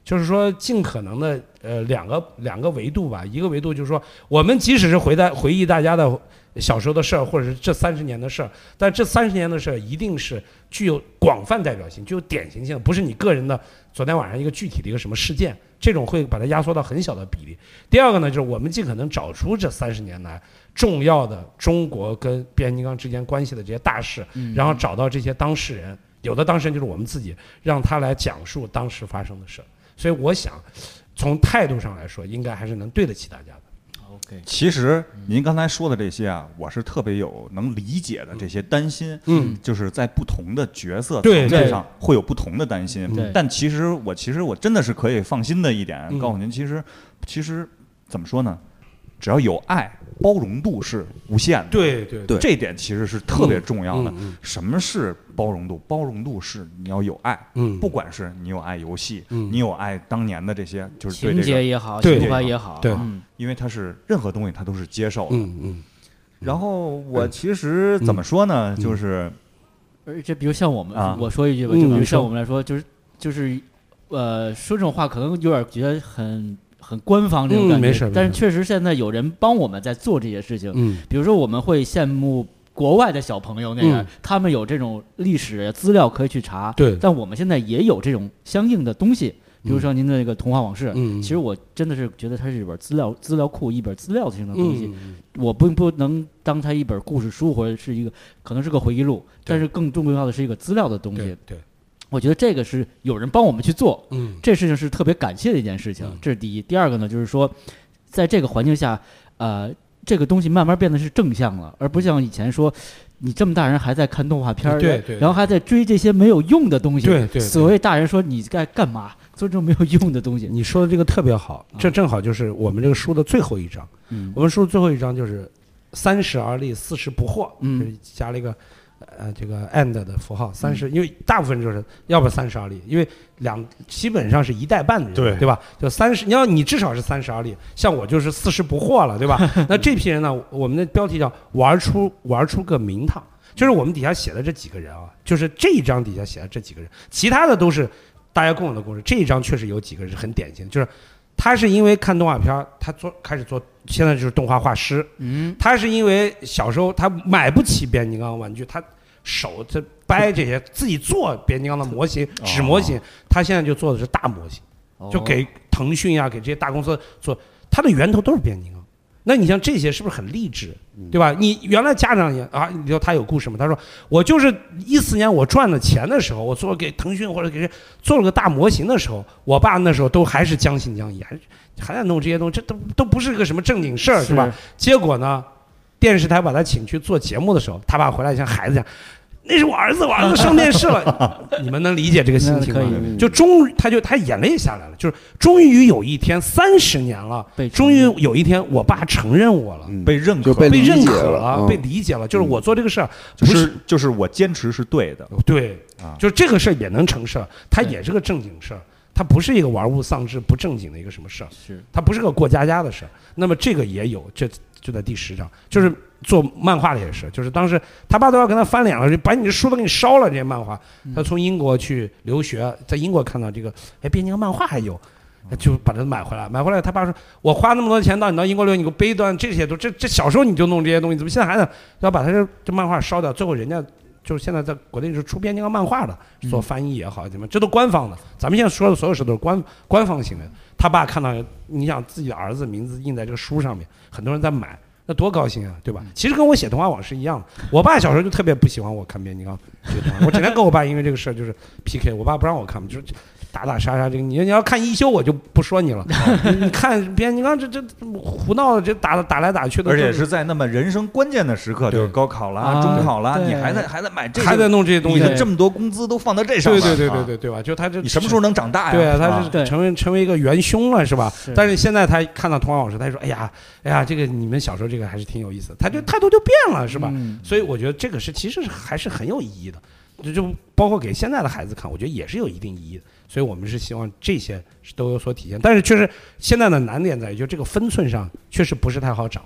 就是说尽可能的呃两个两个维度吧，一个维度就是说我们即使是回带回忆大家的小时候的事儿，或者是这三十年的事儿，但这三十年的事儿一定是具有广泛代表性，具有典型性，不是你个人的昨天晚上一个具体的一个什么事件，这种会把它压缩到很小的比例。第二个呢，就是我们尽可能找出这三十年来重要的中国跟变形金刚之间关系的这些大事， 嗯、 然后找到这些当事人，有的当事人就是我们自己，让他来讲述当时发生的事。所以我想，从态度上来说，应该还是能对得起大家的。 OK， 其实您刚才说的这些啊，我是特别有能理解的这些担心， 嗯， 就是在不同的角色层面上会有不同的担心。但其实我其实我真的是可以放心的一点， 嗯、 告诉您，其实其实怎么说呢？只要有爱，包容度是无限的。 对对对，这点其实是特别重要的。 嗯嗯、 什么是包容度？包容度是你要有爱， 嗯， 不管是你有爱游戏， 嗯， 你有爱当年的这些，就是对这个情节也好， 对情怀也好， 对， 嗯， 因为它是任何东西它都是接受的。 嗯嗯。 然后我其实怎么说呢？ 嗯、 就是， 而且比如像我们， 啊、 我说一句吧， 嗯、 就比如像我们来说，就是就是，呃，说这种话可能有点觉得很。很官方这种感觉， 嗯、没事， 但是确实现在有人帮我们在做这些事情。 嗯， 比如说我们会羡慕国外的小朋友那样， 嗯、 他们有这种历史资料可以去查。 对， 但我们现在也有这种相应的东西，比如说您的那个童话往事。 嗯， 其实我真的是觉得它是一本资料资料库，一本资料性的东西。 嗯、 我不不能当它一本故事书，或者是一个可能是个回忆录，但是更重要的是一个资料的东西。 对。对， 我觉得这个是有人帮我们去做， 嗯， 这事情是特别感谢的一件事情， 嗯、 这是第一。第二个呢，就是说，在这个环境下，呃，这个东西慢慢变得是正向了，而不像以前说，你这么大人还在看动画片儿， 对对， 然后还在追这些没有用的东西， 对 对, 对。 所谓大人说你该干嘛，做这种没有用的东西。 你说的这个特别好，这正好就是我们这个书的最后一章。 嗯， 我们书的最后一章就是三十而立，四十不惑， 嗯， 加了一个。呃，这个 and 的符号三十，因为大部分就是要不三十而立，因为两基本上是一代半的人， 对对吧？就三十，你要你至少是三十而立，像我就是四十不惑了，对吧？那这批人呢，我们的标题叫玩出玩出个名堂，就是我们底下写的这几个人啊，就是这一章底下写的这几个人，其他的都是大家共有的故事。这一章确实有几个人是很典型的，就是他是因为看动画片，他做开始做。现在就是动画画师， 嗯， 他是因为小时候他买不起变形金刚玩具，他手这掰这些自己做变形金刚的模型、纸模型，他现在就做的是大模型，就给腾讯呀、给这些大公司做，它的源头都是变形金刚。那你像这些是不是很励志，对吧？你原来家长也啊，你说他有故事吗？他说我就是一四年我赚了钱的时候，我做给腾讯或者给谁做了个大模型的时候，我爸那时候都还是将信将疑，还还在弄这些东西，这都都不是个什么正经事儿，是吧？结果呢，电视台把他请去做节目的时候，他爸回来像孩子一样。那是我儿子，我儿子上电视了，你们能理解这个心情吗？就终于，他就他眼泪下来了，就是终于有一天，三十年了，终于有一天，我爸承认我了， 嗯、被认可， 被认可了， 被理解了，就是我做这个事儿， 不是，就是我坚持是对的， 对，就是这个事儿也能成事儿，它也是个正经事儿。它不是一个玩物丧志、不正经的一个什么事儿， 是它不是个过家家的事儿。那么这个也有，这就在第十章，就是做漫画的也是，就是当时他爸都要跟他翻脸了，就把你的书都给你烧了。这些漫画，他从英国去留学，在英国看到这个，哎，变形金刚漫画还有，就把它买回来。买回来，他爸说：“我花那么多钱到你到英国留，你给我背一段这些都，这这小时候你就弄这些东西，怎么现在还得要把他这这漫画烧掉？最后人家。”就是现在在国内是出变形金刚漫画的，做翻译也好，怎么这都官方的。咱们现在说的所有事都是官官方行为。他爸看到，你想自己的儿子名字印在这个书上面，很多人在买，那多高兴啊，对吧？其实跟我写童话往事一样的。我爸小时候就特别不喜欢我看变形金刚这个动画，我整天跟我爸因为这个事儿就是 P K， 我爸不让我看，就是打打杀杀这个。你你要看一休，我就不说你了。你看变形金刚这这胡闹的，这打打来打去的， 而且是在那么人生关键的时刻，就是高考啦、中考啦，你还在还在买这， 还在弄这些东西， 你的这么多工资都放到这上面， 对对对对对对吧？就他这你什么时候能长大呀？ 对啊，他是成为成为一个元凶了，是吧？但是现在他看到童话往事，他说：“哎呀，哎呀，这个你们小时候这个还是挺有意思的。”他就态度就变了，是吧？所以我觉得这个是其实是还是很有意义的。就就包括给现在的孩子看，我觉得也是有一定意义的。所以我们是希望这些都有所体现。但是确实现在的难点在于，就这个分寸上确实不是太好掌握。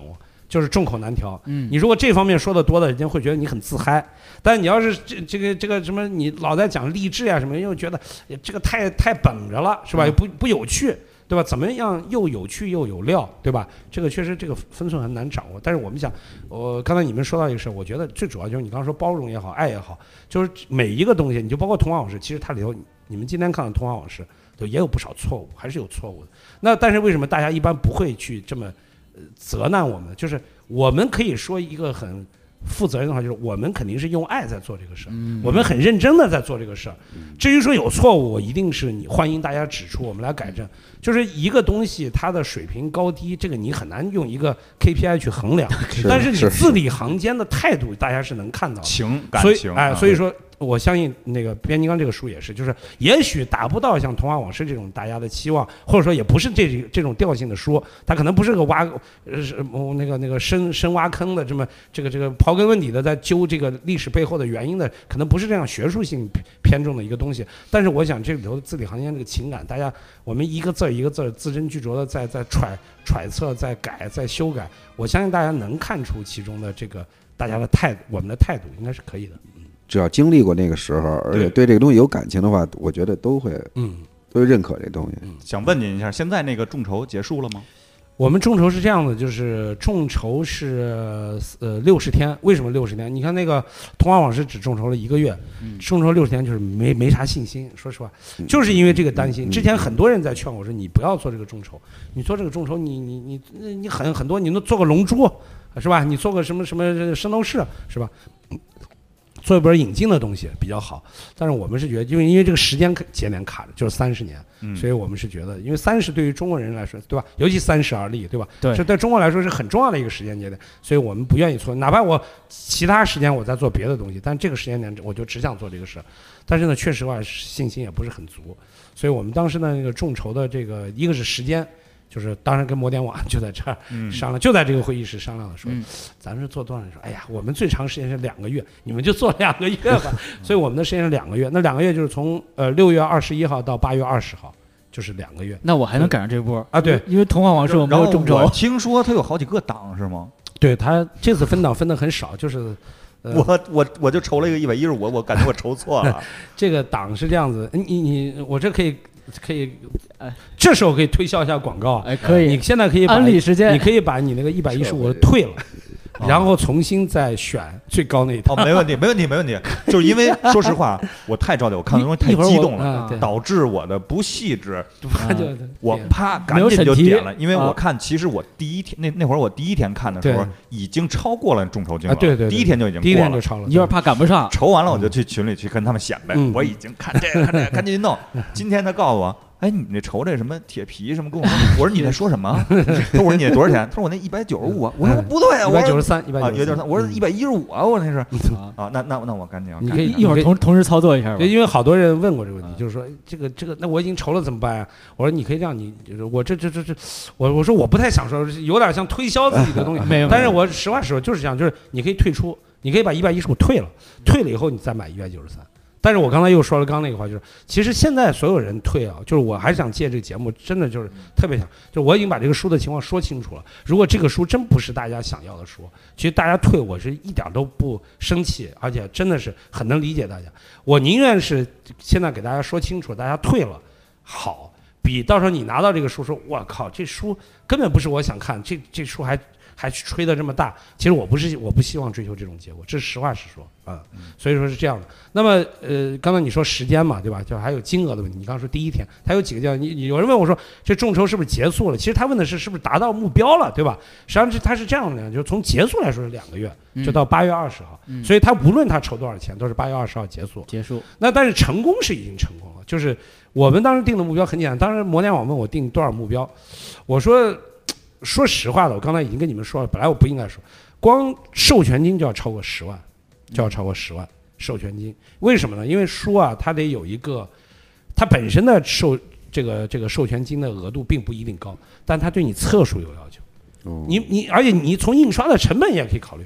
就是众口难调。 嗯， 你如果这方面说的多的，人家会觉得你很自嗨。但你要是这这个这个什么，你老在讲励志啊什么，又觉得这个太太绷着了，是吧？不不有趣，对吧？怎么样又有趣又有料，对吧？这个确实这个分寸很难掌握。但是我们想，我刚才你们说到一个事儿，我觉得最主要就是你刚刚说包容也好，爱也好，就是每一个东西，你就包括童话往事，其实它里头，你们今天看的童话往事，就也有不少错误，还是有错误的。那但是为什么大家一般不会去这么呃责难我们？就是我们可以说一个很负责任的话，就是我们肯定是用爱在做这个事儿， 嗯、 我们很认真的在做这个事儿。至于说有错误，我一定是你欢迎大家指出，我们来改正。就是一个东西它的水平高低，这个你很难用一个 K P I 去衡量， 是但是你是字里行间的态度，大家是能看到的。 情感所以情， 哎， 啊所以说我相信那个《变形金刚》这个书也是，就是也许达不到像《童话往事》这种大家的期望，或者说也不是这这种调性的书，它可能不是个挖呃是那个那个深深挖坑的这么这个这个刨根问底的在揪这个历史背后的原因的，可能不是这样学术性偏重的一个东西。但是我想这里头字里行间这个情感，大家我们一个字一个字字斟句酌的在在揣揣测、在改、在修改，我相信大家能看出其中的这个大家的态度，我们的态度应该是可以的。 只要经历过那个时候，而且对这个东西有感情的话，我觉得都会， 嗯， 都会认可这东西。 嗯、 想问您一下，现在那个众筹结束了吗？ 我们众筹是这样的，就是众筹是呃六十天，为什么六十天？你看那个《童话往事》只众筹了一个月， 嗯、 众筹六十天就是没没啥信心，说实话，就是因为这个担心。之前很多人在劝我说，你不要做这个众筹，你做这个众筹，你你你你很很多，你能做个龙珠是吧？你做个什么什么圣斗士是吧？做一本引进的东西比较好，但是我们是觉得，因为因为这个时间节点卡的就是三十年， 嗯、 所以我们是觉得，因为三十对于中国人来说，对吧？尤其三十而立，对吧？ 对， 这对中国来说是很重要的一个时间节点，所以我们不愿意错。哪怕我其他时间我在做别的东西，但这个时间点我就只想做这个事。但是呢，确实话信心也不是很足，所以我们当时的那个众筹的这个，一个是时间。就是当时跟摩点网就在这儿商量，嗯、就在这个会议室商量的说，嗯、咱们是做多少人？说，哎呀，我们最长时间是两个月，你们就做两个月吧。所以我们的时间是两个月，那两个月就是从呃六月二十一号到八月二十号，就是两个月。 那我还能赶上这波啊？对， 因为童话往事我没有众筹。 我听说它有好几个档是吗？ 对，他这次分档分的很少，就是。 呃、我我我就筹了一个一百一十五，我感觉我筹错了。 这个档是这样子，你你我这可以。可以，哎，这时候可以推销一下广告， 哎，可以。 你现在可以把安利时间， 你可以把你那个一百一十五退了，然后重新再选最高那一套。 哦，没问题，没问题，没问题。就是因为说实话，我太着急，我看的东西太激动了， 嗯、 导致我的不细致。 啊、 我啪赶紧就点了，因为我看其实我第一天那那会儿我第一天看的时候已经超过了众筹金额， 啊、对对， 第一天就已经第一天就超了。 你有点怕赶不上， 筹完了我就去群里去跟他们显摆， 嗯、 我已经看这个看这个，赶紧弄。今天他告诉我。哎，你那筹这什么铁皮什么跟我说？我说你在说什么？他说我说你那多少钱？他说我那一百九十五啊。我说不对啊， 一百九十三，一百九十三。我说一百一十五啊，我那是啊。那那那我赶紧， 你可以一会儿同同时操作一下吧。 因为好多人问过这个问题，就是说这个这个，那我已经筹了怎么办啊？我说你可以这样，你就是我这这这这，我我说我不太想说，有点像推销自己的东西。 没有， 但是我实话实说就是这样，就是你可以退出，你可以把一百一十五退了，退了以后你再买一百九十三。但是我刚才又说了刚刚那个话，就是其实现在所有人退啊，就是我还是想借这个节目，真的就是特别想，就我已经把这个书的情况说清楚了。如果这个书真不是大家想要的书，其实大家退我是一点都不生气，而且真的是很能理解大家。我宁愿是现在给大家说清楚，大家退了好，比到时候你拿到这个书说，我靠，这书根本不是我想看，这这书还。还吹得这么大，其实我不是，我不希望追求这种结果，这是实话实说啊、嗯。所以说是这样的。那么呃，刚才你说时间嘛，对吧？就还有金额的问题。你刚刚说第一天，他有几个叫你，有人问我说这众筹是不是结束了？其实他问的是是不是达到目标了，对吧？实际上是他是这样的，就是从结束来说是两个月，就到八月二十号、嗯。所以他无论他筹多少钱，都是八月二十号结束。 结束。 那但是成功是已经成功了，就是我们当时定的目标很简单。当时摩点网问我定多少目标，我说。说实话的，我刚才已经跟你们说了，本来我不应该说，光授权金就要超过十万，就要超过十万授权金。为什么呢？因为书啊，它得有一个，它本身的授这个这个授权金的额度并不一定高，但它对你册数有要求。你你而且你从印刷的成本也可以考虑，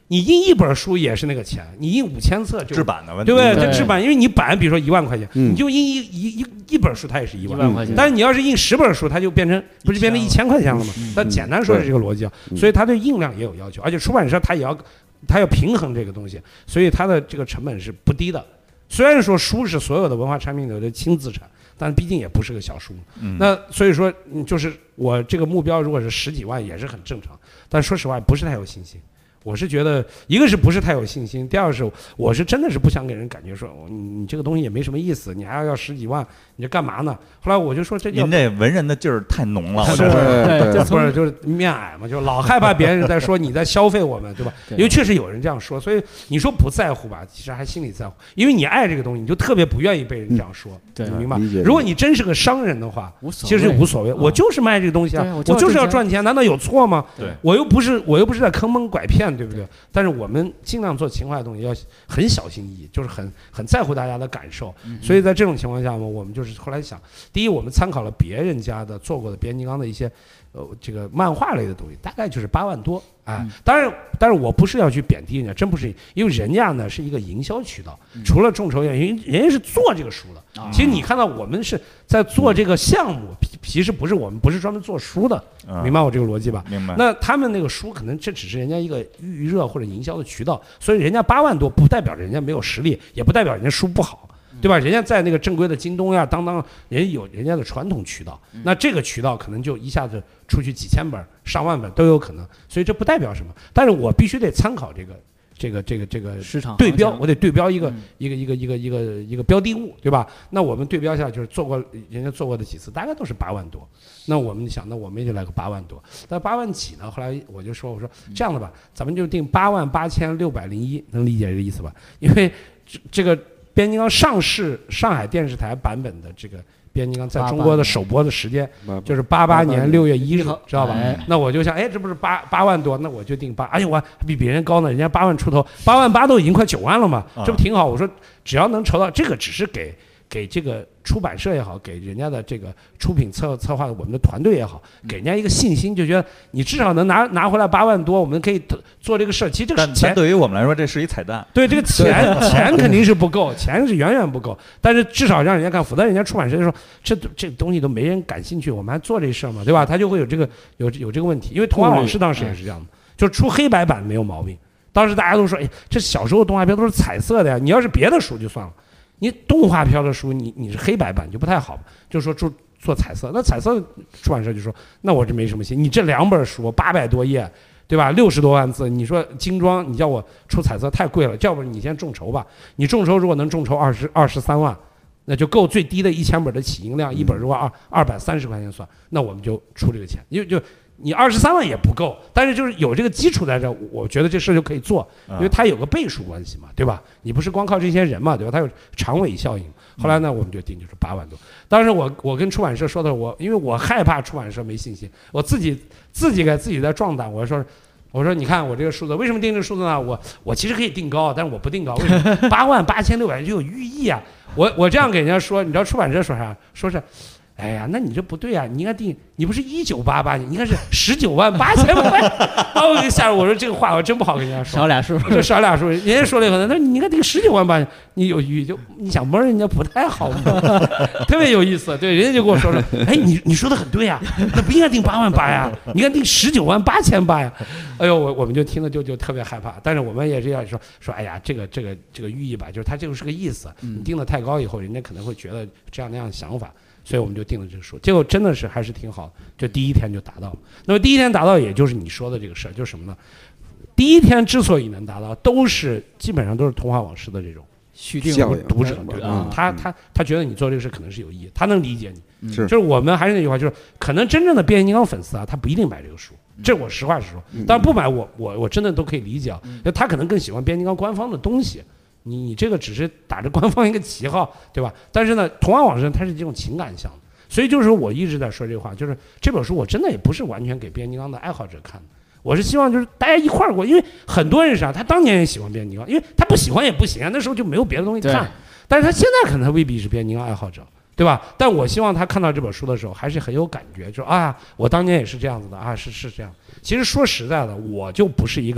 你印一本书也是那个钱，你印五千册就制版的问题， 对不对？ 对这制版，因为你版比如说一万块钱， 嗯你就印一一一一本书，它也是一万一万块钱， 但是你要是印十本书，它就变成不是变成一千块钱了吗？ 嗯那简单说是这个逻辑啊， 嗯所以它对印量也有要求，而且出版社它也要它要平衡这个东西，所以它的这个成本是不低的。虽然说书是所有的文化产品里的轻资产，但毕竟也不是个小数。 嗯、 那所以说，就是我这个目标如果是十几万也是很正常，但说实话不是太有信心。我是觉得，一个是不是太有信心，第二个是我是真的是不想给人感觉说你你这个东西也没什么意思，你还要要十几万，你这干嘛呢？后来我就说这您这文人的劲儿太浓了，我是对， 这不是就是面矮嘛，就老害怕别人在说你在消费我们，对吧？因为确实有人这样说，所以你说不在乎吧，其实还心里在乎，因为你爱这个东西，你就特别不愿意被人这样说， 对， 你明白？如果你真是个商人的话，其实无所谓，我就是卖这个东西啊，我就是要赚钱，难道有错吗？ 对， 我又不是我又不是在坑蒙拐骗，对不对？但是我们尽量做情怀的东西，要很小心翼翼，就是很很在乎大家的感受。所以在这种情况下嘛，我们就是后来想，第一，我们参考了别人家的做过的变形金刚的一些呃这个漫画类的东西，大概就是八万多。哎，当然，但是我不是要去贬低人家，真不是，因为人家呢是一个营销渠道，除了众筹原因，人家是做这个书的。其实你看到我们是在做这个项目，其实不是我们不是专门做书的，明白我这个逻辑吧？ 明白。 那他们那个书可能这只是人家一个预热或者营销的渠道，所以人家八万多不代表人家没有实力，也不代表人家书不好。对吧？人家在那个正规的京东呀、当当，人家有人家的传统渠道，那这个渠道可能就一下子出去几千本、上万本都有可能，所以这不代表什么。但是我必须得参考这个、这个、这个、这个市场对标，我得对标一个、 嗯、 一个、一个、一个、一个、一个标的物，对吧？那我们对标下就是做过人家做过的几次，大概都是八万多。那我们想，那我们也就来个八万多。但八万几呢？后来我就说，我说这样的吧，咱们就定八万八千六百零一，能理解这个意思吧？因为这这个。变形金刚上市上海电视台版本的这个变形金刚在中国的首播的时间就是八八年六月一日，知道吧？那我就想，哎，这不是八八万多，那我就定八，而且我比别人高呢，人家八万出头，八万八都已经快九万了嘛，这不挺好？我说只要能筹到，这个只是给给这个出版社也好，给人家的这个出品策策划的我们的团队也好，给人家一个信心，就觉得你至少能拿拿回来八万多，我们可以做这个事儿。其实这个钱对于我们来说，这是一彩蛋。 对，这个钱钱肯定是不够，钱是远远不够，但是至少让人家看，否则人家出版社就说这这东西都没人感兴趣，我们还做这事儿嘛，对吧？他就会有这个有有这个问题。因为《童话往事》当时也是这样的，就是出黑白版没有毛病。当时大家都说，哎，这小时候动画片都是彩色的呀，你要是别的书就算了。你动画片的书，你你是黑白版就不太好，就是说做做彩色，那彩色出版社就说，那我这没什么心，你这两本书八百多页，对吧？六十多万字，你说精装，你叫我出彩色太贵了，要不你先众筹吧，你众筹如果能众筹二十二十三万，那就够最低的一千本的起印量，一本如果二二百三十块钱算，那我们就出这个钱，就就。你二十三万也不够，但是就是有这个基础在这，我觉得这事就可以做，因为它有个倍数关系嘛，对吧？你不是光靠这些人嘛，对吧？它有长尾效应。后来呢，我们就定就是八万多。当时我我跟出版社说的，我因为我害怕出版社没信心，我自己自己给自己在壮胆。我说我说你看我这个数字，为什么定这个数字呢？我我其实可以定高，但是我不定高，为什么？八万八千六百就有寓意啊！我我这样给人家说，你知道出版社说啥？说是。哎呀，那你这不对啊！你应该定，你不是一九八八，你应该是十九万八千八。然后我就吓着我说这个话我真不好跟人家说， 少俩数， 就少俩数。人家说了以后，他说你应该定十九万八，你有余就你想蒙人家不太好嘛，特别有意思。对，人家就跟我说说，哎，你你说的很对呀，那不应该定八万八呀，你应该定十九万八千八呀。哎呦，我我们就听了就就特别害怕，但是我们也是要说说，哎呀，这个这个这个寓意吧，就是它就是个意思。你定的太高以后，人家可能会觉得这样那样的想法。所以我们就定了这个数，结果真的是还是挺好，就第一天就达到了。那么第一天达到，也就是你说的这个事儿，就是什么呢？第一天之所以能达到，都是基本上都是童话往事的这种续订读者，对啊， 他他他觉得你做这个事可能是有意义，他能理解你。 是， 就是我们还是那句话，就是可能真正的变形金刚粉丝啊，他不一定买这个书，这我实话实说。当然不买我我我真的都可以理解啊，他可能更喜欢变形金刚官方的东西。你你这个只是打着官方一个旗号，对吧？但是呢，童话往事它是这种情感向的，所以就是我一直在说这话，就是这本书我真的也不是完全给变形金刚的爱好者看的，我是希望就是大家一块儿过，因为很多人是啥，他当年也喜欢变形金刚，因为他不喜欢也不行啊，那时候就没有别的东西看，但是他现在可能他未必是变形金刚爱好者，对吧？但我希望他看到这本书的时候还是很有感觉，就啊，我当年也是这样子的啊，是是这样。其实说实在的，我就不是一个。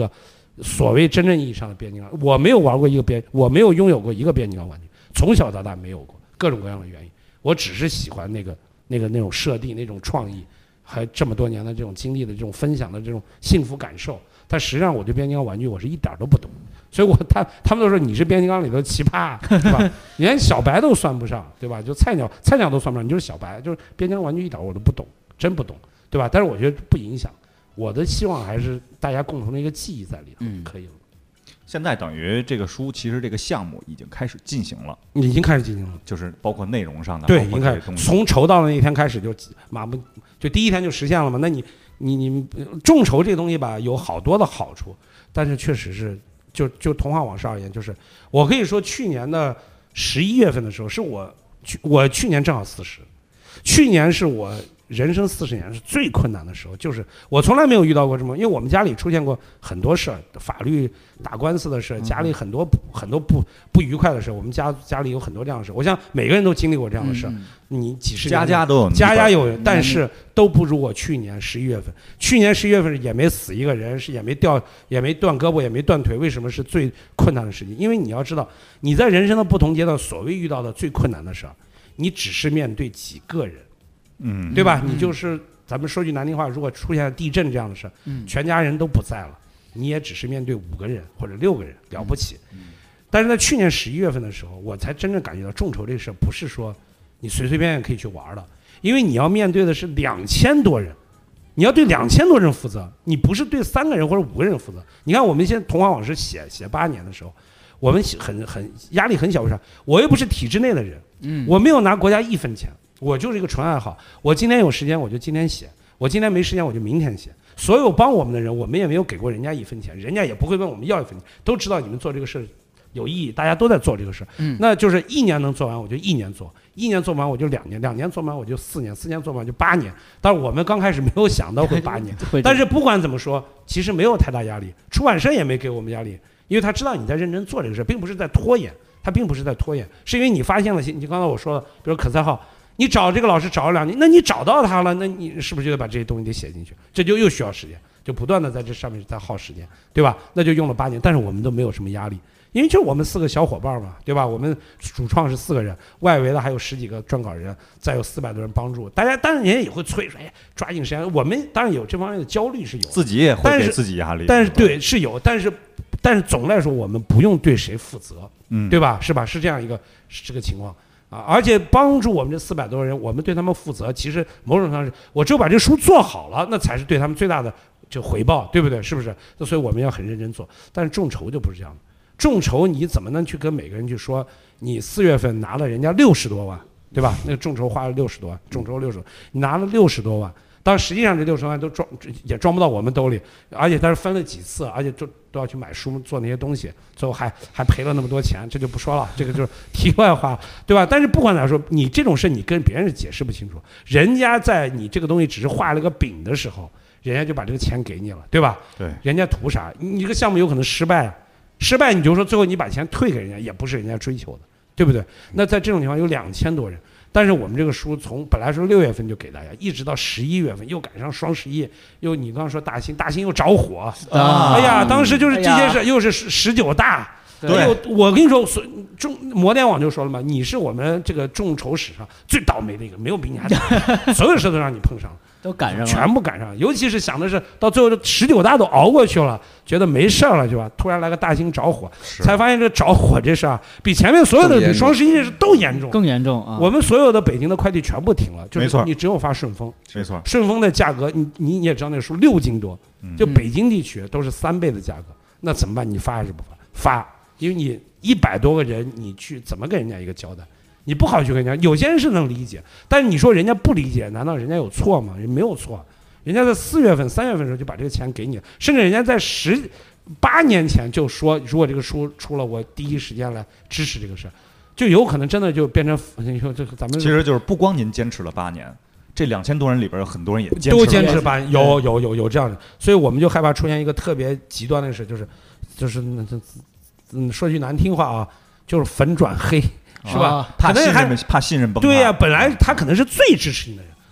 所谓真正意义上的变形金刚。我没有玩过一个变，我没有拥有过一个变形金刚玩具，从小到大没有过，各种各样的原因。我只是喜欢那个那个那种设定、那种创意，还这么多年的这种经历的这种分享的这种幸福感受。但实际上，我对变形金刚玩具我是一点都不懂，所以我他他们都说你是变形金刚里的奇葩，对吧？连小白都算不上，对吧？就菜鸟菜鸟都算不上，你就是小白，就是变形金刚玩具一点我都不懂，真不懂，对吧？但是我觉得不影响，我的希望还是大家共同的一个记忆在里头，嗯，可以了。 现在等于这个书，其实这个项目已经开始进行了， 已经开始进行了， 就是包括内容上的， 对，已经开始从筹到的那一天开始就马不就第一天就实现了嘛？那你你你众筹这个东西吧，有好多的好处，但是确实是就就童话往事而言，就是我可以说去年的十一月份的时候，是我去我去年正好四十，去年是我人生四十年是最困难的时候，就是我从来没有遇到过这么，因为我们家里出现过很多事儿，法律打官司的事，家里很多很多不不愉快的事，我们家家里有很多这样的事，我想每个人都经历过这样的事， 嗯、 你几十年家家都有， 家家有，但是都不如我去年十一月份，去年十一月份也没死一个人，是也没掉，也没断胳膊，也没断腿，为什么是最困难的事情？因为你要知道，你在人生的不同阶段，所谓遇到的最困难的事儿，你只是面对几个人。 嗯， 对吧？你就是咱们说句难听话，如果出现地震这样的事，嗯，全家人都不在了，你也只是面对五个人或者六个人，了不起。嗯，但是在去年十一月份的时候，我才真正感觉到众筹这事不是说你随随便便可以去玩的，因为你要面对的是两千多人，你要对两千多人负责，你不是对三个人或者五个人负责。你看我们现在童话往事写写八年的时候，我们很很压力很小，为啥？我又不是体制内的人，嗯，我没有拿国家一分钱。我就是一个纯爱好，我今天有时间我就今天写，我今天没时间我就明天写。所有帮我们的人，我们也没有给过人家一分钱，人家也不会问我们要一分钱，都知道你们做这个事有意义，大家都在做这个事，嗯，那就是一年能做完我就一年做，一年做完我就两年，两年做完我就四年，四年做完就八年。但是我们刚开始没有想到会八年，但是不管怎么说，其实没有太大压力，出版社也没给我们压力，因为他知道你在认真做这个事，并不是在拖延，他并不是在拖延，是因为你发现了，你刚才我说了，比如可赛号。你找这个老师找了两年，那你找到他了，那你是不是就得把这些东西得写进去？这就又需要时间，就不断的在这上面在耗时间，对吧？那就用了八年，但是我们都没有什么压力，因为就我们四个小伙伴嘛，对吧？我们主创是四个人，外围的还有十几个撰稿人，再有四百多人帮助大家。当然人家也会催说，哎，抓紧时间。我们当然有这方面的焦虑是有， 自己也会给自己压力。 但是对是有，但是但是总的来说，我们不用对谁负责，嗯，对吧？是吧？是这样一个这个情况。啊，而且帮助我们这四百多人，我们对他们负责，其实某种上是，我只有把这个书做好了，那才是对他们最大的就回报，对不对？是不是？那所以我们要很认真做。但是众筹就不是这样的，众筹你怎么能去跟每个人去说，你四月份拿了人家六十多万，对吧？那个众筹花了六十多万，众筹六十，你拿了六十多万。但实际上这六十万都装也装不到我们兜里，而且他是分了几次，而且都都要去买书做那些东西，最后还还赔了那么多钱，这就不说了，这个就是题外话，对吧？但是不管咋说，你这种事你跟别人是解释不清楚，人家在你这个东西只是画了个饼的时候，人家就把这个钱给你了，对吧？ 对， 人家图啥？你这个项目有可能失败，失败你就说最后你把钱退给人家，也不是人家追求的，对不对？那在这种情况有两千多人。但是我们这个书从本来说六月份就给大家，一直到十一月份，又赶上双十一，又你刚刚说大兴，大兴又着火，啊、哎呀，当时就是这件事，哎、又是十九大， 对， 我跟你说，中摩点网就说了嘛，你是我们这个众筹史上最倒霉的一个，没有比你还倒，所有事都让你碰上了。 都赶上了， 全部赶上，尤其是想的是到最后这十九大都熬过去了，觉得没事了，是吧？突然来个大兴着火，才发现这着火这事儿比前面所有的比双十一这事都严重， 更严重啊！ 我们所有的北京的快递全部停了，就是你只有发顺丰， 没错， 顺丰的价格你你也知道那个数六斤多，就北京地区都是三倍的价格，那怎么办？你发还是不发？发，因为你一百多个人，你去怎么给人家一个交代？你不好去跟人家，有些人是能理解，但是你说人家不理解，难道人家有错吗？人没有错，人家在四月份、三月份的时候就把这个钱给你了，甚至人家在十八年前就说，如果这个书出了，我第一时间来支持这个事，就有可能真的就变成你说这个咱们其实就是不光您坚持了八年，这两千多人里边有很多人也坚持都坚持八年，有有有有这样的，所以我们就害怕出现一个特别极端的事，就是就是嗯说句难听话啊，就是粉转黑。是吧？ 怕信任，怕信任崩塌。 对呀、啊，本来他可能是最支持你的人，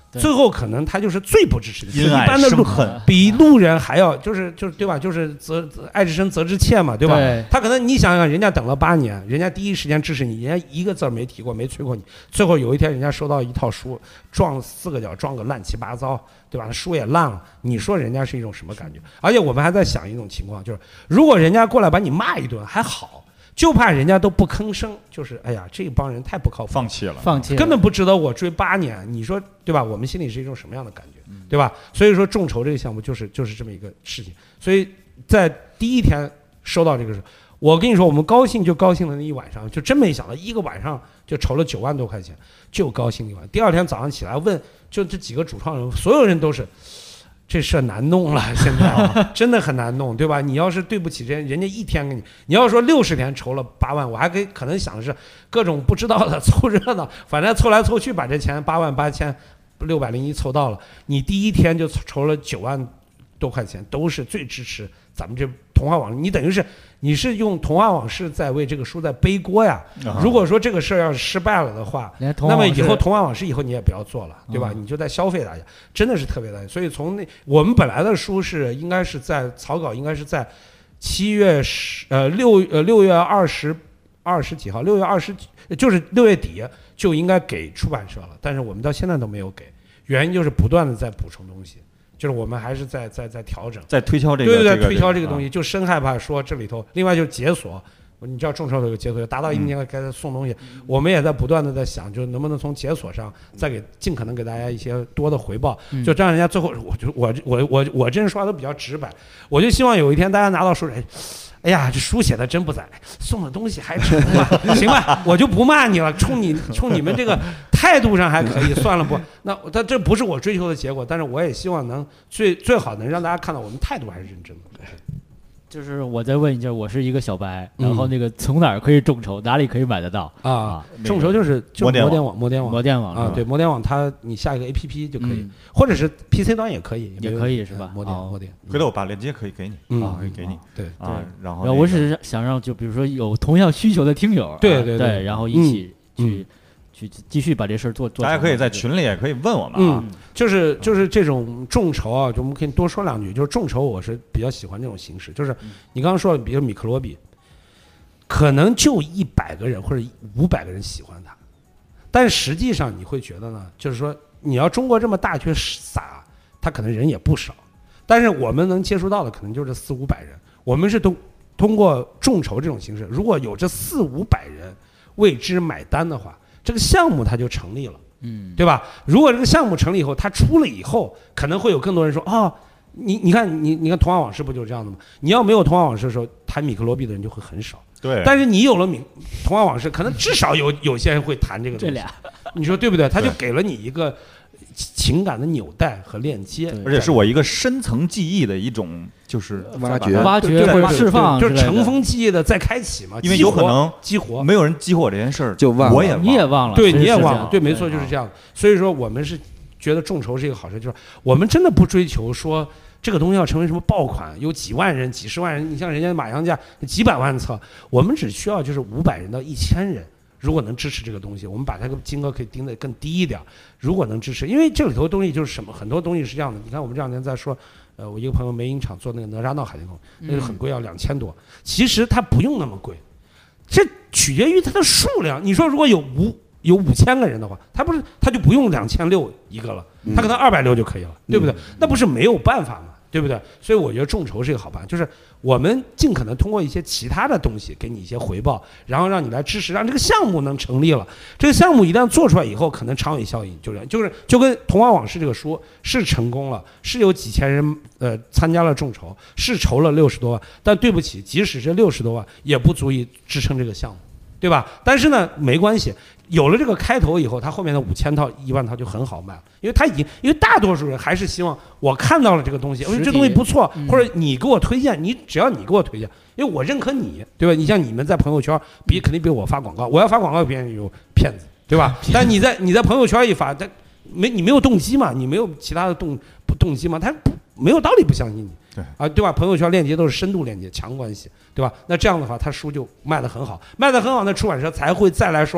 最后可能他就是最不支持的， 因爱一般的路生恨， 比路人还要就是就是对吧？就是责爱之深责之切嘛，对吧？ 对他可能你想想，人家等了八年，人家第一时间支持你，人家一个字儿没提过，没催过你，最后有一天人家收到一套书，撞四个角撞个乱七八糟，对吧？那书也烂了，你说人家是一种什么感觉？而且我们还在想一种情况，就是如果人家过来把你骂一顿还好。就怕人家都不吭声，就是哎呀，这帮人太不靠谱， 放弃了， 放弃了， 根本不值得我追八年。你说对吧？我们心里是一种什么样的感觉，对吧？所以说众筹这个项目就是就是这么一个事情。所以在第一天收到这个时候，我跟你说，我们高兴就高兴了那一晚上，就真没想到一个晚上就筹了九万多块钱，就高兴一晚。第二天早上起来问，就这几个主创人，所有人都是。这事难弄了，现在、啊、真的很难弄，对吧？你要是对不起人，人家一天给你，你要说六十天筹了八万，我还可以可能想的是各种不知道的凑热闹，反正凑来凑去把这钱八万八千六百零一凑到了。你第一天就筹了九万多块钱，都是最支持咱们这童话往事，你等于是你是用童话往事在为这个书在背锅呀。 啊、 如果说这个事儿要是失败了的话，那么以后童话往事以后你也不要做了，对吧？嗯、你就在消费大家，真的是特别大。所以从那我们本来的书是应该是在草稿，应该是在七月十呃六呃六月二十二十几号，六月二十就是六月底就应该给出版社了，但是我们到现在都没有给，原因就是不断的在补充东西。就是我们还是在在在调整， 在推敲这个， 对对对， 这个、 推敲这个东西， 啊、 就深害怕说这里头。另外就是解锁，你知道众筹有个解锁，达到一定该该送东西，嗯、我们也在不断的在想，就能不能从解锁上再给尽可能给大家一些多的回报，嗯、就这样人家最后，我就我我我我这人说话都比较直白，我就希望有一天大家拿到书，哎。哎呀，这书写的真不载，送的东西还成吧？行吧，我就不骂你了。冲你冲你们这个态度上还可以，算了不？那但这不是我追求的结果，但是我也希望能最最好能让大家看到我们态度还是认真的。 就是我再问一下，我是一个小白，然后那个从哪儿可以众筹，哪里可以买得到啊？啊众筹就是就摩电网，摩电网， 摩电网啊，对，摩电网它你下一个 A P P 就可以，或者是 P C 端也可以， 也可以是吧？ 摩电，摩电。 回头我把链接可以给你啊，可以给你。 对啊，然后然后我只是想让就比如说有同样需求的听友， 对对对，然后一起去。去继续把这事儿做做， 大家可以在群里也可以问我们啊， 嗯，就是就是这种众筹啊，就我们可以多说两句。就是众筹，我是比较喜欢这种形式。就是你刚刚说的，比如米克罗比，可能就一百个人或者五百个人喜欢他，但实际上你会觉得呢，就是说你要中国这么大却撒，他可能人也不少，但是我们能接触到的可能就是四五百人。我们是通通过众筹这种形式，如果有这四五百人为之买单的话。这个项目它就成立了，嗯，对吧？如果这个项目成立以后，它出了以后，可能会有更多人说，哦，你你看你你看《童话往事》不就是这样的吗？你要没有《童话往事》的时候，谈米克罗比的人就会很少， 对。 但是你有了《米童话往事》，可能至少有有些人会谈这个东西， 这俩， 你说对不对？他就给了你一个情感的纽带和链接， 而且是我一个深层记忆的一种，就是挖掘、 挖掘或者释放， 就是尘封记忆的再开启嘛。 因为有可能激活， 没有人激活我这件事儿， 就忘了， 我也你也忘了， 对，你也忘了，对，没错，就是这样。所以说，我们是觉得众筹是一个好事，就是我们真的不追求说这个东西要成为什么爆款，有几万人、几十万人。你像人家马洋家几百万册，我们只需要就是五百人到一千人。如果能支持这个东西，我们把这个金额可以定得更低一点。如果能支持，因为这里头东西就是什么，很多东西是这样的。你看我们这两天在说，呃，我一个朋友梅影厂做那个哪吒闹海天宫，那个很贵，要两千多。其实它不用那么贵，这取决于它的数量。你说如果有五有五千个人的话，他不是他就不用两千六一个了，他可能二百六就可以了，对不对？那不是没有办法吗？对不对？所以我觉得众筹是一个好办法，就是我们尽可能通过一些其他的东西给你一些回报，然后让你来支持，让这个项目能成立了。这个项目一旦做出来以后，可能长尾效应就这样，就是就跟《童话往事》这个书是成功了，是有几千人呃参加了众筹，是筹了六十多万，但对不起，即使这六十多万也不足以支撑这个项目，对吧？但是呢，没关系。有了这个开头以后，他后面的五千套、一万套就很好卖了，因为他已经，因为大多数人还是希望我看到了这个东西，我觉得这东西不错，或者你给我推荐，你只要你给我推荐，因为我认可你，对吧？你像你们在朋友圈比肯定比我发广告，我要发广告别人有骗子，对吧？但你在你在朋友圈一发，但没你没有动机嘛，你没有其他的动动机嘛，他没有道理不相信你。 对啊，对吧？朋友圈链接都是深度链接、强关系，对吧？那这样的话，他书就卖得很好，卖得很好，那出版社才会再来说。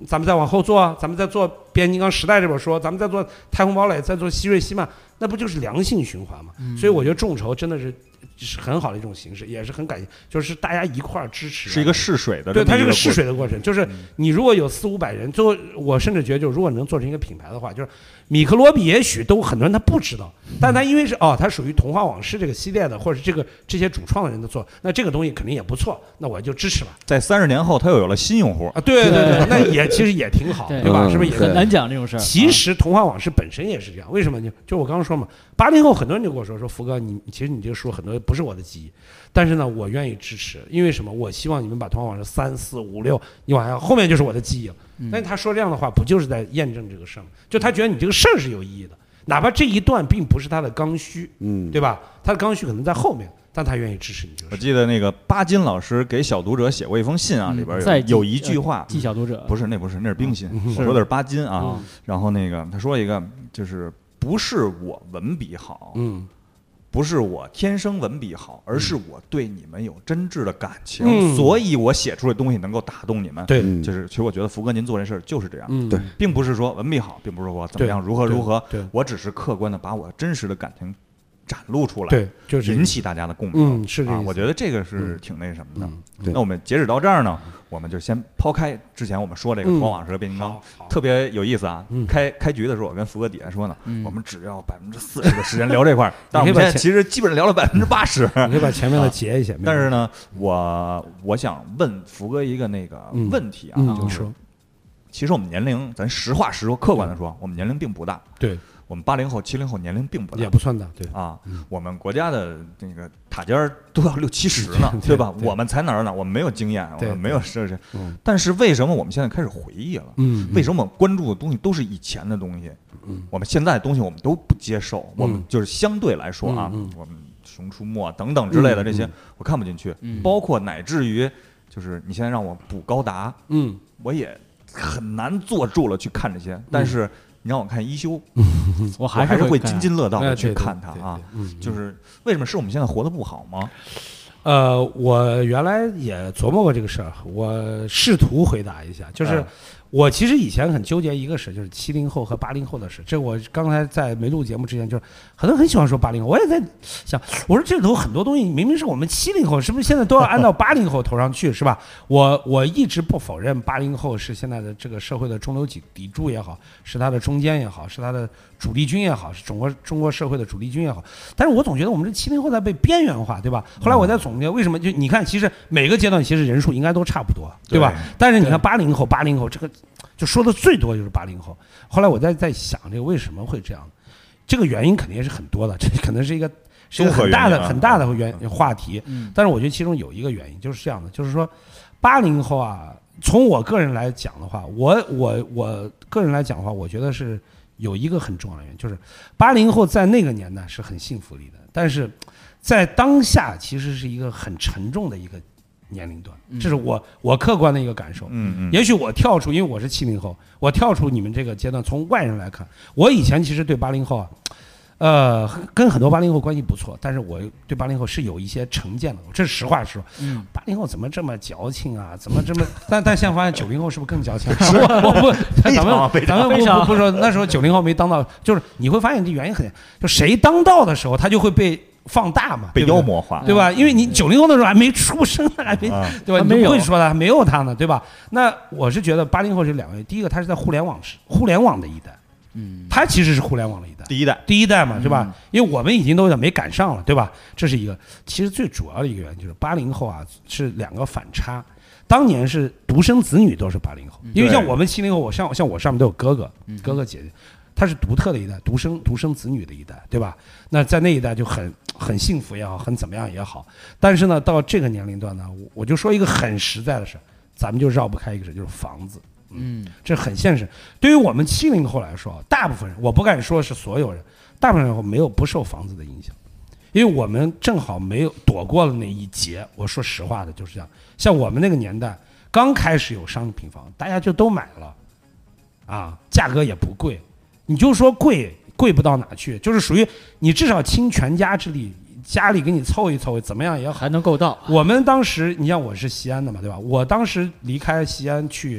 咱们再往后做，咱们再做《变形金刚时代》这本书，咱们再做《太空堡垒》，再做《希瑞希曼》，那不就是良性循环吗？嗯、所以我觉得众筹真的是是很好的一种形式，也是很感谢，就是大家一块儿支持， 是一个试水的， 对，它是个试水的过程。就是你如果有四五百人，最后我甚至觉得，就如果能做成一个品牌的话，就是米克罗比也许都很多人他不知道，但他因为是哦，他属于童话往事这个系列的，或者是这个这些主创的人的做，那这个东西肯定也不错，那我就支持吧。 在三十年后，他又有了新用户啊，对对对，那也其实也挺好，对吧？是不是也很难讲这种事儿？ 其实童话往事本身也是这样，为什么呢？就我刚刚说嘛，八零后很多人就跟我说说，福哥，你其实你这个书很多不是我的记忆，但是呢，我愿意支持，因为什么？我希望你们把童话往事三四五六，你往下后面就是我的记忆了。但是他说这样的话，不就是在验证这个事儿吗？就他觉得你这个事儿是有意义的，哪怕这一段并不是他的刚需，嗯，对吧？他的刚需可能在后面，但他愿意支持你这个事。 我记得那个巴金老师给小读者写过一封信啊，里边有有一句话， 记小读者不是那不是那是冰心，我说的是巴金啊。然后那个他说一个就是不是我文笔好，嗯。不是我天生文笔好，而是我对你们有真挚的感情，嗯、所以我写出的东西能够打动你们。 对， 就是其实我觉得福哥您做这事儿就是这样， 嗯、 对， 并不是说文笔好，并不是说怎么样如何如何，我只是客观的把我真实的感情展露出来， 对，就是引起大家的共鸣。 嗯，是啊，我觉得这个是挺那什么的。 嗯、 那我们截止到这儿呢，我们就先抛开之前我们说这个《童话往事》和《变形金刚》，特别有意思啊。开开局的时候，我跟福哥底下说呢，我们只要百分之四十的时间聊这块儿，但我们现在其实基本上聊了百分之八十。 你可以把前面的截一下。 但是呢，我我想问福哥一个那个问题啊，就是其实我们年龄，咱实话实说，客观的说，我们年龄并不大。 对。 我们八零后、七零后年龄并不大， 也不算大，对啊，嗯、我们国家的那个塔尖儿都要六七十呢，对, 对吧？对我们才哪儿呢？我们没有经验，我们没有这这。但是为什么我们现在开始回忆了？嗯，为什么我们关注的东西都是以前的东西？嗯，我们现在的东西我们都不接受，嗯、我们就是相对来说啊，嗯、我们《熊出没》等等之类的这些，我看不进去， 嗯、 包括乃至于就是你现在让我补高达， 嗯， 我也很难坐住了去看这些，但是。你让我看一休， 我还是会津津乐道的去看它啊。 嗯、 就是为什么是我们现在活得不好吗？ 呃，我原来也琢磨过这个事儿，我试图回答一下，就是。嗯我其实以前很纠结一个事，就是七零后和八零后的事。这我刚才在没录节目之前，就是很多人很喜欢说八零后，我也在想，我说这里头很多东西明明是我们七零后，是不是现在都要按到八零后头上去，是吧？我我一直不否认八零后是现在的这个社会的中流砥砥柱也好，是他的中坚也好，是他的主力军也好，是中国中国社会的主力军也好。但是我总觉得我们这七零后在被边缘化，对吧？后来我在总结为什么，就你看，其实每个阶段其实人数应该都差不多，对吧？但是你看八零后、八零后这个。就说的最多就是八零后，后来我在在想这个为什么会这样，这个原因肯定也是很多的，这可能是一个是一个很大的很大的原话题。但是我觉得其中有一个原因就是这样的，就是说八零后啊，从我个人来讲的话，我我我个人来讲的话，我觉得是有一个很重要的原因，就是八零后在那个年代是很幸福里的，但是在当下其实是一个很沉重的一个。年龄段，这是我我客观的一个感受。 嗯嗯。 也许我跳出，因为我是七零后，我跳出你们这个阶段，从外人来看，我以前其实对八零后啊，呃，跟很多八零后关系不错，但是我对八零后是有一些成见的，这是实话实说。嗯。八零后怎么这么矫情啊？怎么这么？但但现在发现九零后是不是更矫情？是，我不，咱们咱们不不不说，那时候九零后没当到，就是你会发现这原因很，就谁当道的时候，他就会被。放大嘛， 被妖魔化， 对吧？因为你九零后的时候还没出生呢，还没，对吧？你不会说他，还没有他呢，对吧？那我是觉得八零后是两位，第一个他是在互联网时，互联网的一代，嗯，他其实是互联网的一代， 第一代， 第一代嘛，对吧？因为我们已经都有点没赶上了，对吧？这是一个，其实最主要的一个原因就是八零后啊是两个反差，当年是独生子女都是八零后，因为像我们七零后，我像像我上面都有哥哥、哥哥姐姐。他是独特的一代，独生独生子女的一代，对吧？那在那一代就很很幸福也好，很怎么样也好。但是呢，到这个年龄段呢，我就说一个很实在的事，咱们就绕不开一个事，就是房子。嗯，这很现实。对于我们七零后来说，大部分人，我不敢说是所有人，大部分人没有不受房子的影响，因为我们正好没有躲过了那一劫。我说实话的，就是这样。像我们那个年代，刚开始有商品房，大家就都买了，啊，价格也不贵。你就说贵贵不到哪去，就是属于你至少倾全家之力，家里给你凑一凑，怎么样也好， 还能够到。 我们当时，你像我是西安的嘛，对吧？我当时离开西安去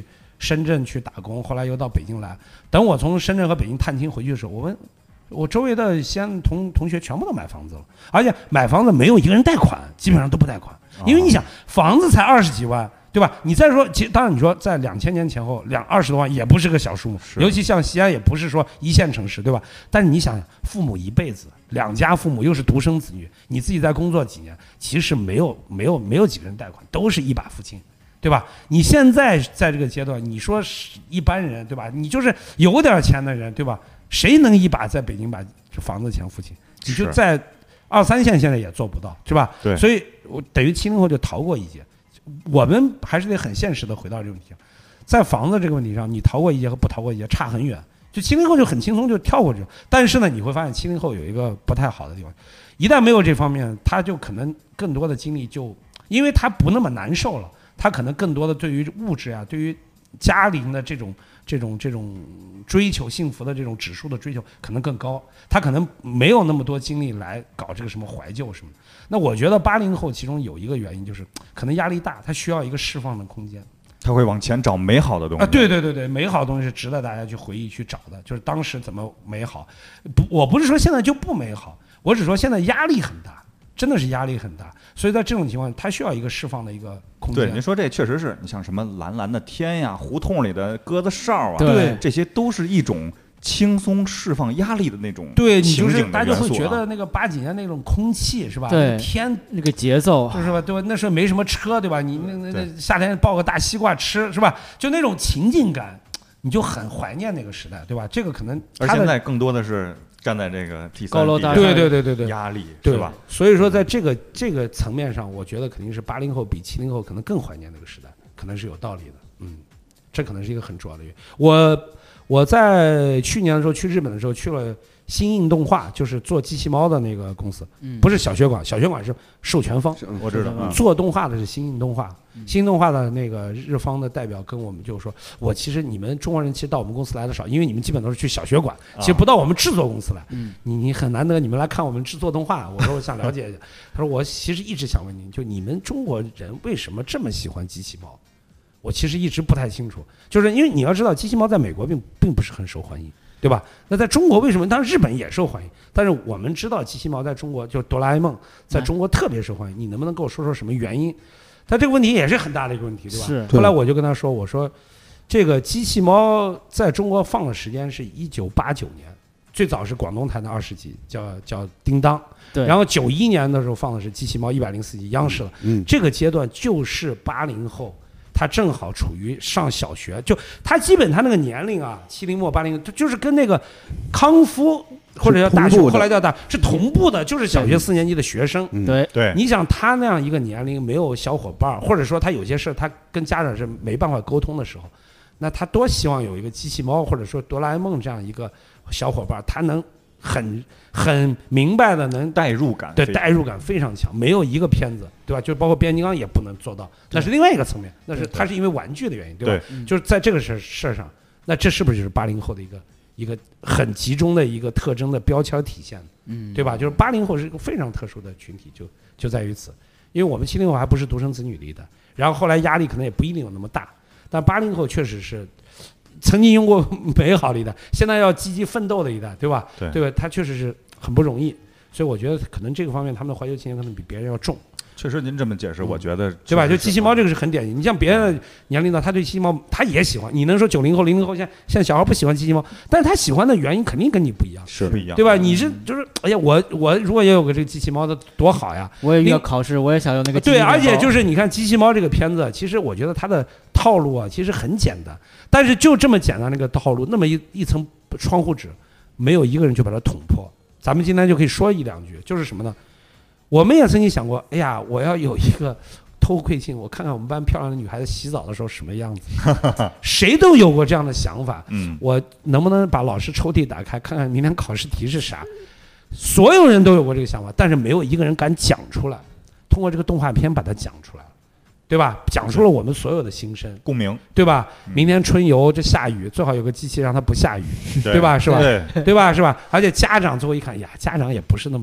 深圳去打工，后来又到北京来。等我从深圳和北京探亲回去的时候，我问我周围的西安同同学全部都买房子了，而且买房子没有一个人贷款，基本上都不贷款，因为你想房子才二十几万。对吧？你再说，其当然你说在两千年前后，两二十多万也不是个小数目，尤其像西安也不是说一线城市，对吧？但是你想想，父母一辈子，两家父母又是独生子女，你自己在工作几年，其实没有没有没有几个人贷款，都是一把付清，对吧？你现在在这个阶段，你说是一般人，对吧？你就是有点钱的人，对吧？谁能一把在北京把房子钱付清？你就在二三线现在也做不到，是吧？ 对， 所以我等于七零后就逃过一劫。我们还是得很现实的回到这个问题上，在房子这个问题上，你逃过一劫和不逃过一劫差很远。就七零后就很轻松就跳过去了，但是呢，你会发现七零后有一个不太好的地方，一旦没有这方面，他就可能更多的精力就，因为他不那么难受了，他可能更多的对于物质啊，对于家庭的这种这种这种追求幸福的这种指数的追求可能更高，他可能没有那么多精力来搞这个什么怀旧什么的。那我觉得八零后其中有一个原因就是可能压力大，他需要一个释放的空间， 他会往前找美好的东西啊。对对对对，美好的东西是值得大家去回忆去找的，就是当时怎么美好。不，我不是说现在就不美好，我只说现在压力很大，真的是压力很大。所以在这种情况下，他需要一个释放的一个空间。 对，您说这确实是，你像什么蓝蓝的天呀，胡同里的鸽子哨啊， 对， 这些都是一种轻松释放压力的那种， 对，你就是大家就会啊觉得那个八几年那种空气是吧？ 对， 天那个节奏就是吧？对吧？那时候没什么车，对吧？你那那那夏天抱个大西瓜吃是吧？就那种情境感，你就很怀念那个时代，对吧？这个可能而现在更多的是站在这个第三高楼大厦， 对对对对对， 压力是吧？ 所以说，在这个这个层面上，我觉得肯定是八零后比七零后可能更怀念那个时代，可能是有道理的。嗯，这可能是一个很重要的原因。我。我在去年的时候去日本的时候去了新印动画，就是做机器猫的那个公司， 嗯、 不是小学馆，小学馆是授权方， 我知道、嗯， 做动画的是新印动画，嗯、新印动画的那个日方的代表跟我们就说，我其实你们中国人其实到我们公司来的少，因为你们基本都是去小学馆，其实不到我们制作公司来， 嗯、 你你很难得你们来看我们制作动画，我说我想了解一下，他说我其实一直想问您，就你们中国人为什么这么喜欢机器猫？我其实一直不太清楚，就是因为你要知道，机器猫在美国并并不是很受欢迎，对吧？那在中国为什么？当然日本也受欢迎，但是我们知道机器猫在中国，就哆啦 A 梦在中国特别受欢迎。你能不能跟我说说什么原因？他这个问题也是很大的一个问题，对吧？ 是。 后来我就跟他说，我说这个机器猫在中国放的时间是一九八九年，最早是广东台的二十集，叫叫叮当。 对。 然后九一年的时候放的是机器猫一百零四集，央视了。 嗯。 这个阶段就是八零后。他正好处于上小学，就他基本他那个年龄啊，七零末八零，就是跟那个康夫或者叫大学，后来叫大是同步的，就是小学四年级的学生。 对对， 你想他那样一个年龄，没有小伙伴，或者说他有些事他跟家长是没办法沟通的时候，那他多希望有一个机器猫或者说哆啦 A 梦这样一个小伙伴，他能很很明白的能代入感， 对代入感非常强，没有一个片子，对吧？就包括变形金刚也不能做到，那是另外一个层面，那是它是因为玩具的原因，对吧？ 对， 就是在这个事事儿上，那这是不是就是八零后的一个一个很集中的一个特征的标签体现？ 嗯， 对吧？就是八零后是一个非常特殊的群体，就就在于此，因为我们七零后还不是独生子女的一代，然后后来压力可能也不一定有那么大，但八零后确实是。曾经用过美好的一代，现在要积极奋斗的一代，对吧？ 对， 对吧？他确实是很不容易，所以我觉得可能这个方面他们的怀旧情节可能比别人要重。 确实，您这么解释，我觉得对吧？就机器猫这个是很典型。你像别人的年龄呢，他对机器猫他也喜欢。你能说九零后、零零后现在现在小孩不喜欢机器猫，但是他喜欢的原因肯定跟你不一样， 是不一样， 对吧？你是就是哎呀，我我如果也有个这个机器猫的多好呀！ 我也要考试，我也想有那个对，而且就是你看机器猫这个片子，其实我觉得它的套路啊，其实很简单，但是就这么简单的一个套路，那么一一层窗户纸，没有一个人去把它捅破。咱们今天就可以说一两句，就是什么呢？我们也曾经想过，哎呀，我要有一个偷窥镜，我看看我们班漂亮的女孩子洗澡的时候什么样子。谁都有过这样的想法。 嗯， 我能不能把老师抽屉打开，看看明天考试题是啥？所有人都有过这个想法，但是没有一个人敢讲出来。通过这个动画片把它讲出来了，对吧？讲出了我们所有的心声， 共鸣， 对吧？明天春游这下雨，最好有个机器让它不下雨， 对, 对吧？是吧？ 对, 对吧？是吧？而且家长最后一看，呀，家长也不是那么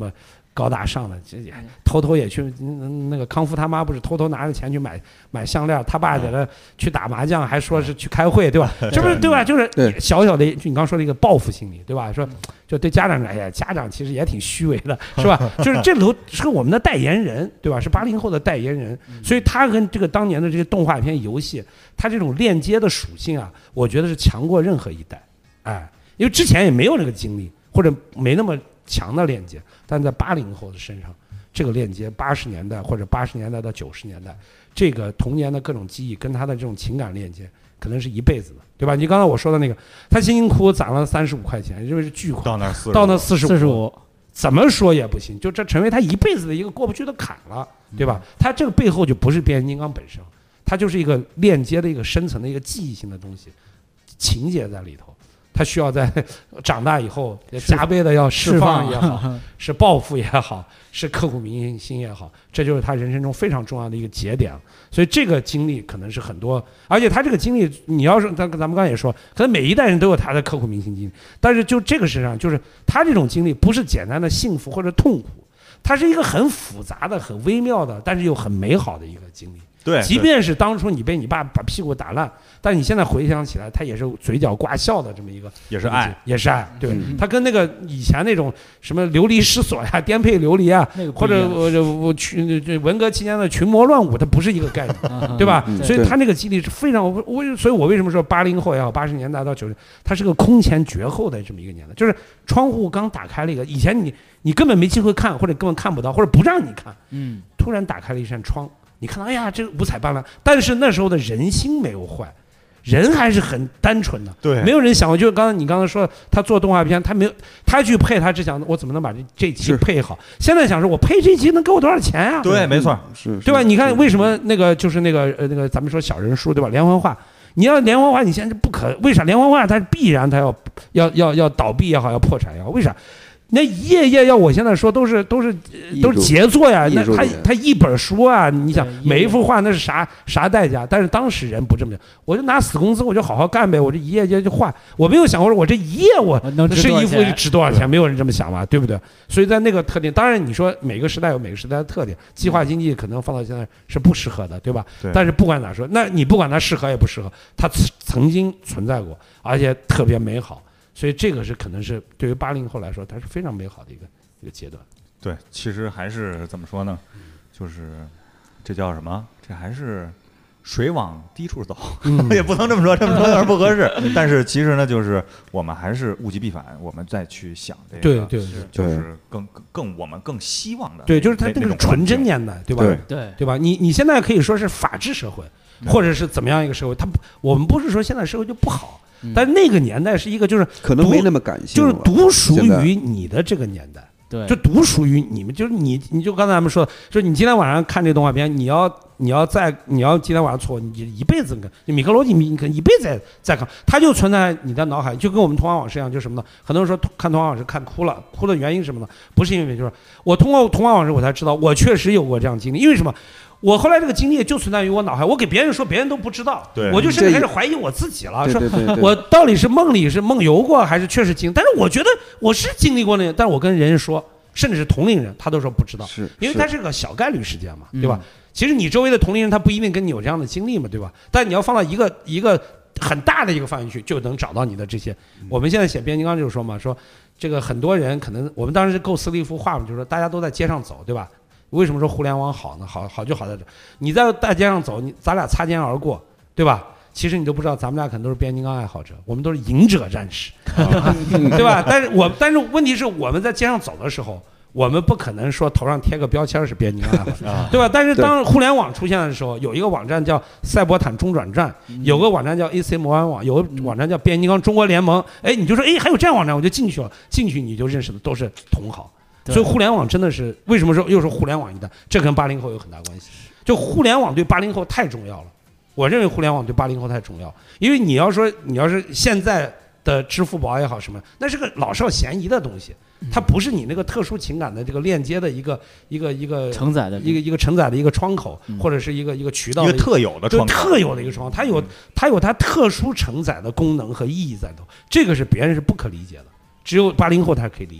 高大上的，这也偷偷也去那个康夫他妈不是偷偷拿着钱去买买项链，他爸在那去打麻将，还说是去开会，对吧？这不是对吧？就是小小的，就你刚说的一个报复心理，对吧？说就对家长，哎呀，家长其实也挺虚伪的，是吧？就是这里头是我们的代言人，对吧？是八零后的代言人，所以他跟这个当年的这些动画片、游戏，他这种链接的属性啊，我觉得是强过任何一代，哎，因为之前也没有这个经历，或者没那么强的链接。但在八零后的身上，这个链接，八十年代或者八十年代到九十年代，这个童年的各种记忆跟他的这种情感链接，可能是一辈子的，对吧？你刚才我说的那个，他辛辛苦苦攒了三十五块钱，因为是巨款， 到那四到那四十四十五， 怎么说也不行，就这成为他一辈子的一个过不去的坎了，对吧？他这个背后就不是变形金刚本身，它就是一个链接的一个深层的一个记忆性的东西，情节在里头。他需要在长大以后加倍的要释放也好，是报复也好，是刻骨铭心也好，这就是他人生中非常重要的一个节点。所以这个经历可能是很多，而且他这个经历，你要是咱咱们刚才也说，可能每一代人都有他的刻骨铭心经历，但是就这个身上，就是他这种经历不是简单的幸福或者痛苦，它是一个很复杂的、很微妙的，但是又很美好的一个经历。 对， 即便是当初你被你爸把屁股打烂，但你现在回想起来，他也是嘴角挂笑的这么一个， 也是爱， 也是爱。对，他跟那个以前那种什么流离失所呀、颠沛流离啊，或者我我群这文革期间的群魔乱舞，它不是一个概念，对吧？所以他那个经历是非常我，所以我为什么说八零后也好，八十年代到九十，它是个空前绝后的这么一个年代，就是窗户刚打开了一个，以前你你根本没机会看，或者根本看不到，或者不让你看，嗯，突然打开了一扇窗。你看到，哎呀，这个五彩斑斓，但是那时候的人心没有坏，人还是很单纯的， 对， 没有人想过，就是刚刚你刚才说他做动画片，他没有他去配，他只想我怎么能把这这期配好。现在想说，我配这期能给我多少钱呀、啊？ 对，没错， 是， 对吧？你看为什么那个就是那个呃那个咱们说小人书对吧？连环画，你要连环画，你现在不可，为啥连环画它必然它要要要要倒闭也好，要破产也好，为啥？那一页页要我现在说都是都是都是杰作呀，那他他一本书啊，你想每一幅画那是啥啥代价？但是当时人不这么想，我就拿死工资，我就好好干呗，我这一页页就画，我没有想过我这一页我是一幅值多少钱，没有人这么想吧，对不对？所以在那个特点，当然你说每个时代有每个时代的特点，计划经济可能放到现在是不适合的，对吧？ 对。 但是不管咋说，那你不管它适合也不适合，它曾经存在过，而且特别美好。所以这个是可能是对于八零后来说，它是非常美好的一个一个阶段。 对，其实还是怎么说呢？就是这叫什么？这还是水往低处走，嗯、也不能这么说，这么说有点不合适。但是其实呢，就是我们还是物极必反，我们再去想这个， 对对， 就是更更我们更希望的， 对，就是它那个纯真年代，对吧？ 对对吧？你你现在可以说是法治社会，或者是怎么样一个社会？它我们不是说现在社会就不好。但是那个年代是一个就是可能没那么感性， 就是独属于你的这个年代， 对， 就独属于你们，就是你，你就刚才咱们说的，就是你今天晚上看这动画片，你要你要再你要今天晚上错，你一辈子跟米克罗你你可一辈子再看，它就存在你的脑海，就跟我们童话往事一样，就是什么呢？很多人说看童话往事看哭了，哭的原因是什么呢？不是因为就是我通过童话往事我才知道我确实有过这样经历，因为什么？我后来这个经历就存在于我脑海，我给别人说，别人都不知道，我就甚至开始怀疑我自己了，说我到底是梦里是梦游过，还是确实经历？但是我觉得我是经历过那个，但是我跟人家说，甚至是同龄人，他都说不知道，因为它是个小概率事件嘛，对吧？其实你周围的同龄人他不一定跟你有这样的经历嘛，对吧？但你要放到一个一个很大的一个范围去，就能找到你的这些。我们现在写变形金刚就是说嘛，说这个很多人可能我们当时构思了一幅画嘛，就是说大家都在街上走，对吧？为什么说互联网好呢？好好就好在这，你在大街上走，你咱俩擦肩而过，对吧？其实你都不知道，咱们俩可能都是变形金刚爱好者，我们都是赢者战士，对吧？但是我但是问题是我们在街上走的时候，我们不可能说头上贴个标签是变形金刚爱好者，对吧？但是当互联网出现的时候，有一个网站叫赛博坦中转站，有个网站叫 A C 魔玩网，有个网站叫变形金刚中国联盟，哎，你就说哎还有这样网站，我就进去了，进去你就认识的都是同好。所以互联网真的是为什么说又是互联网一代？这跟八零后有很大关系。就互联网对八零后太重要了，我认为互联网对八零后太重要，因为你要说你要是现在的支付宝也好什么，那是个老少咸宜的东西，它不是你那个特殊情感的这个链接的一个一个一个承载的一个一个承载的一个窗口，或者是一个一个渠道， 一个特有的窗口， 特有的一个窗口，它有它有它特殊承载的功能和意义在头，这个是别人是不可理解的，只有八零后才可以理解。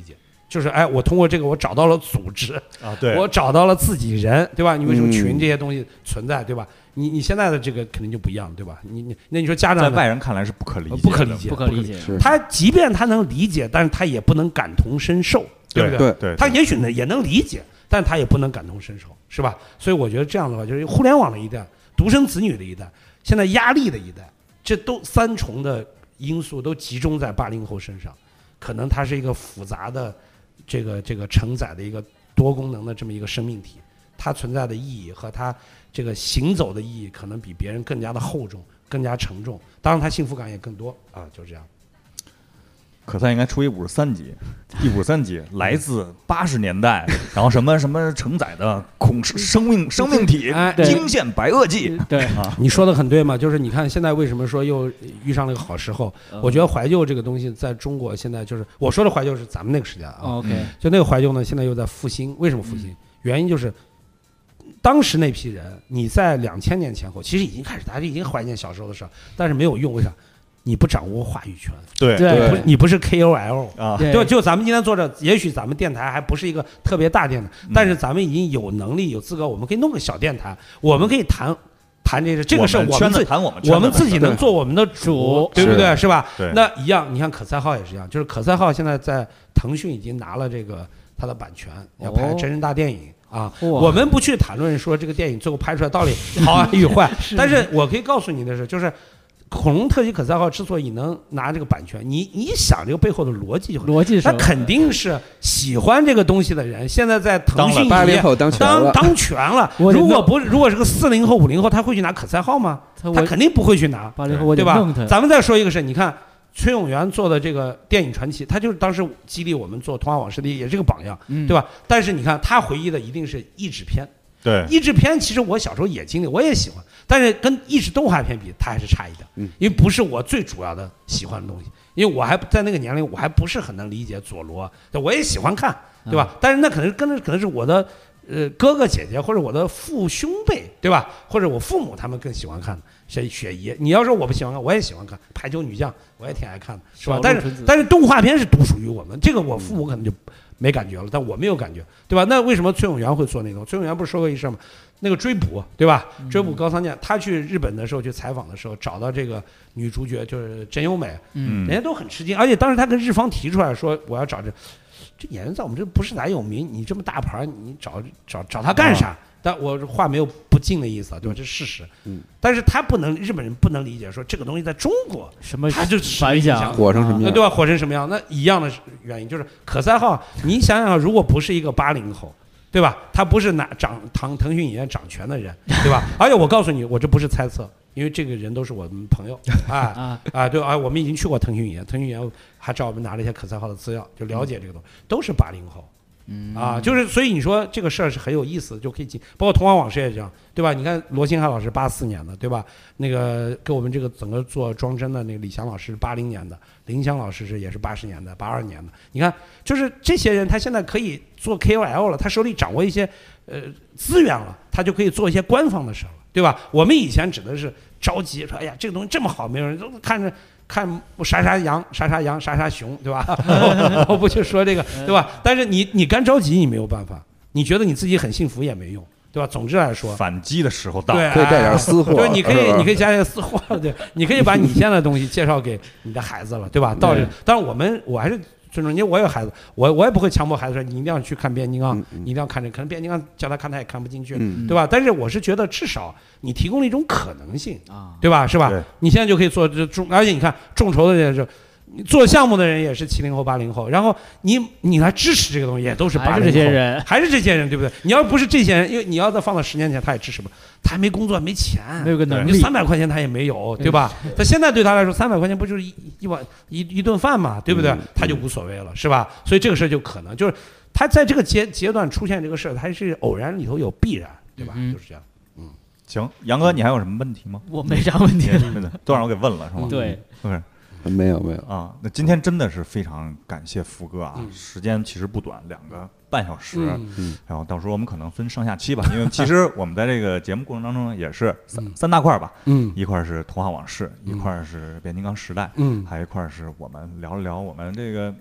就是哎，我通过这个我找到了组织啊，对， 我找到了自己人，对吧？你为什么群这些东西存在，对吧？你你现在的这个肯定就不一样，对吧？你你那你说家长在外人看来是不可理解， 不可理解， 不可理解。 他即便他能理解，但是他也不能感同身受，对不对？对， 他也许呢也能理解，但他也不能感同身受，是吧？所以我觉得这样的话，就是互联网的一代、独生子女的一代、现在压力的一代，这都三重的因素都集中在八零后身上，可能它是一个复杂的。这个这个承载的一个多功能的这么一个生命体，它存在的意义和它这个行走的意义，可能比别人更加的厚重，更加沉重。当然，它幸福感也更多啊，就这样。 可赛应该出一五十三集，第五十三集来自八十年代，然后什么什么承载的恐生命生命体惊现白垩纪。 对啊， 你说的很对嘛，就是你看现在为什么说又遇上了个好时候？我觉得怀旧这个东西在中国现在就是我说的怀旧是咱们那个时代啊。 OK， 就那个怀旧呢，现在又在复兴。为什么复兴？原因就是当时那批人，你在两千年前后，其实已经开始大家已经怀念小时候的事儿，但是没有用，为啥？你不掌握话语权， 对对， 不你不是 K O L 啊， 就就咱们今天做这，也许咱们电台还不是一个特别大电台，嗯、但是咱们已经有能力、有资格，我们可以弄个小电台，我们可以谈谈这个这个事儿，我们自己我们我们自己能做我们的主，对不对？是吧？ 对。 那一样，你看可赛号也是一样，就是可赛号现在在腾讯已经拿了这个它的版权，要拍真人大电影。啊，我们不去谈论说这个电影最后拍出来到底好与坏，但是我可以告诉你的是，就是恐龙特级可赛号之所以能拿这个版权，你你想这个背后的逻辑就逻辑是， 那肯定是喜欢这个东西的人，现在在腾讯八零后当权了， 当当权了。如果不如果是个四零后、五零后，他会去拿可赛号吗？他肯定不会去拿， 八零后对吧？咱们再说一个事，你看。崔永元做的这个电影传奇，他就是当时激励我们做《童话往事》的，也是个榜样， 嗯、 对吧？但是你看，他回忆的一定是译制片， 对， 译制片其实我小时候也经历，我也喜欢，但是跟译制动画片比，它还是差一点， 嗯、 因为不是我最主要的喜欢的东西，因为我还在那个年龄，我还不是很能理解佐罗，我也喜欢看，对吧？嗯、但是那可能跟着可能是我的呃哥哥姐姐或者我的父兄辈，对吧？或者我父母他们更喜欢看的。雪雪姨，你要说我不喜欢看，我也喜欢看《排球女将》，我也挺爱看的，是吧？但是但是动画片是独属于我们，这个我父母可能就没感觉了，但我没有感觉，对吧？那为什么崔永元会做那个？崔永元不是说过一事吗？那个追捕，对吧？追捕高仓健，他去日本的时候去采访的时候，找到这个女主角就是真由美， 嗯， 人家都很吃惊，而且当时他跟日方提出来说，我要找这这演员在我们这不是咱有名，你这么大牌，你找找找他干啥？啊但我话没有不敬的意思，对吧？这是事实。 嗯， 但是他不能，日本人不能理解说这个东西在中国什么， 他就反响火成什么样， 对吧？火成什么样？那一样的原因就是可赛号，你想想，如果不是一个八零后，对吧？他不是拿掌腾腾讯影业掌权的人，对吧？而且我告诉你，我这不是猜测，因为这个人都是我们朋友啊啊，对啊，我们已经去过腾讯影业，腾讯影业还找我们拿了一些可赛号的资料，就了解这个东西，都是八零后。 嗯啊，就是所以你说这个事儿是很有意思的，就可以进，包括《童话往事》也这样，对吧？你看罗星海老师八四年的，对吧？那个给我们这个整个做装帧的那个李翔老师八零年的，林香老师是也是八十年的，八二年的。你看，就是这些人，他现在可以做 K O L 了，他手里掌握一些呃资源了，他就可以做一些官方的事了，对吧？我们以前指的是着急说，哎呀，这个东西这么好，没有人都看着。看杀杀羊，杀杀羊，杀杀熊，对吧？我不去说这个，对吧？但是你你干着急，你没有办法。你觉得你自己很幸福也没用，对吧？总之来说， 反击的时候到， 对， 可以带点私货， 对，你可以你可以加点私货，对，你可以把你现在的东西介绍给你的孩子了，对吧？到这，当然我们我还是尊重，因为我有孩子，我我也不会强迫孩子说你一定要去看变形金刚， 嗯嗯、 你一定要看这，可能变形金刚叫他看他也看不进去， 嗯、 对吧？但是我是觉得至少你提供了一种可能性啊， 对吧？是吧？你现在就可以做这众，而且你看众筹的人是。做项目的人也是七零后、八零后，然后你你来支持这个东西也都是八零后， 还是这些人， 还是这些人，对不对？你要不是这些人，因为你要再放到十年前，他也支持不，他还没工作，没钱， 没有个能力， 三百块钱他也没有，对吧？他现在对他来说，三百块钱不就是一一碗一一顿饭嘛，对不对？他就无所谓了，是吧？所以这个事就可能就是他在这个阶阶段出现这个事儿，他是偶然里头有必然，对吧？ 嗯、 就是这样。嗯， 行，杨哥，你还有什么问题吗？ 我没啥问题， 都让我给问了，是吧？ 对， 是不是？ 没有没有啊，那今天真的是非常感谢福哥啊， 嗯、 时间其实不短，两个半小时， 嗯、 然后到时候我们可能分上下期吧，因为其实我们在这个节目过程当中也是三、嗯、三大块吧， 嗯， 一块是童话往事， 嗯、 一块是变形金刚时代， 嗯， 还有一块是我们聊了聊我们这个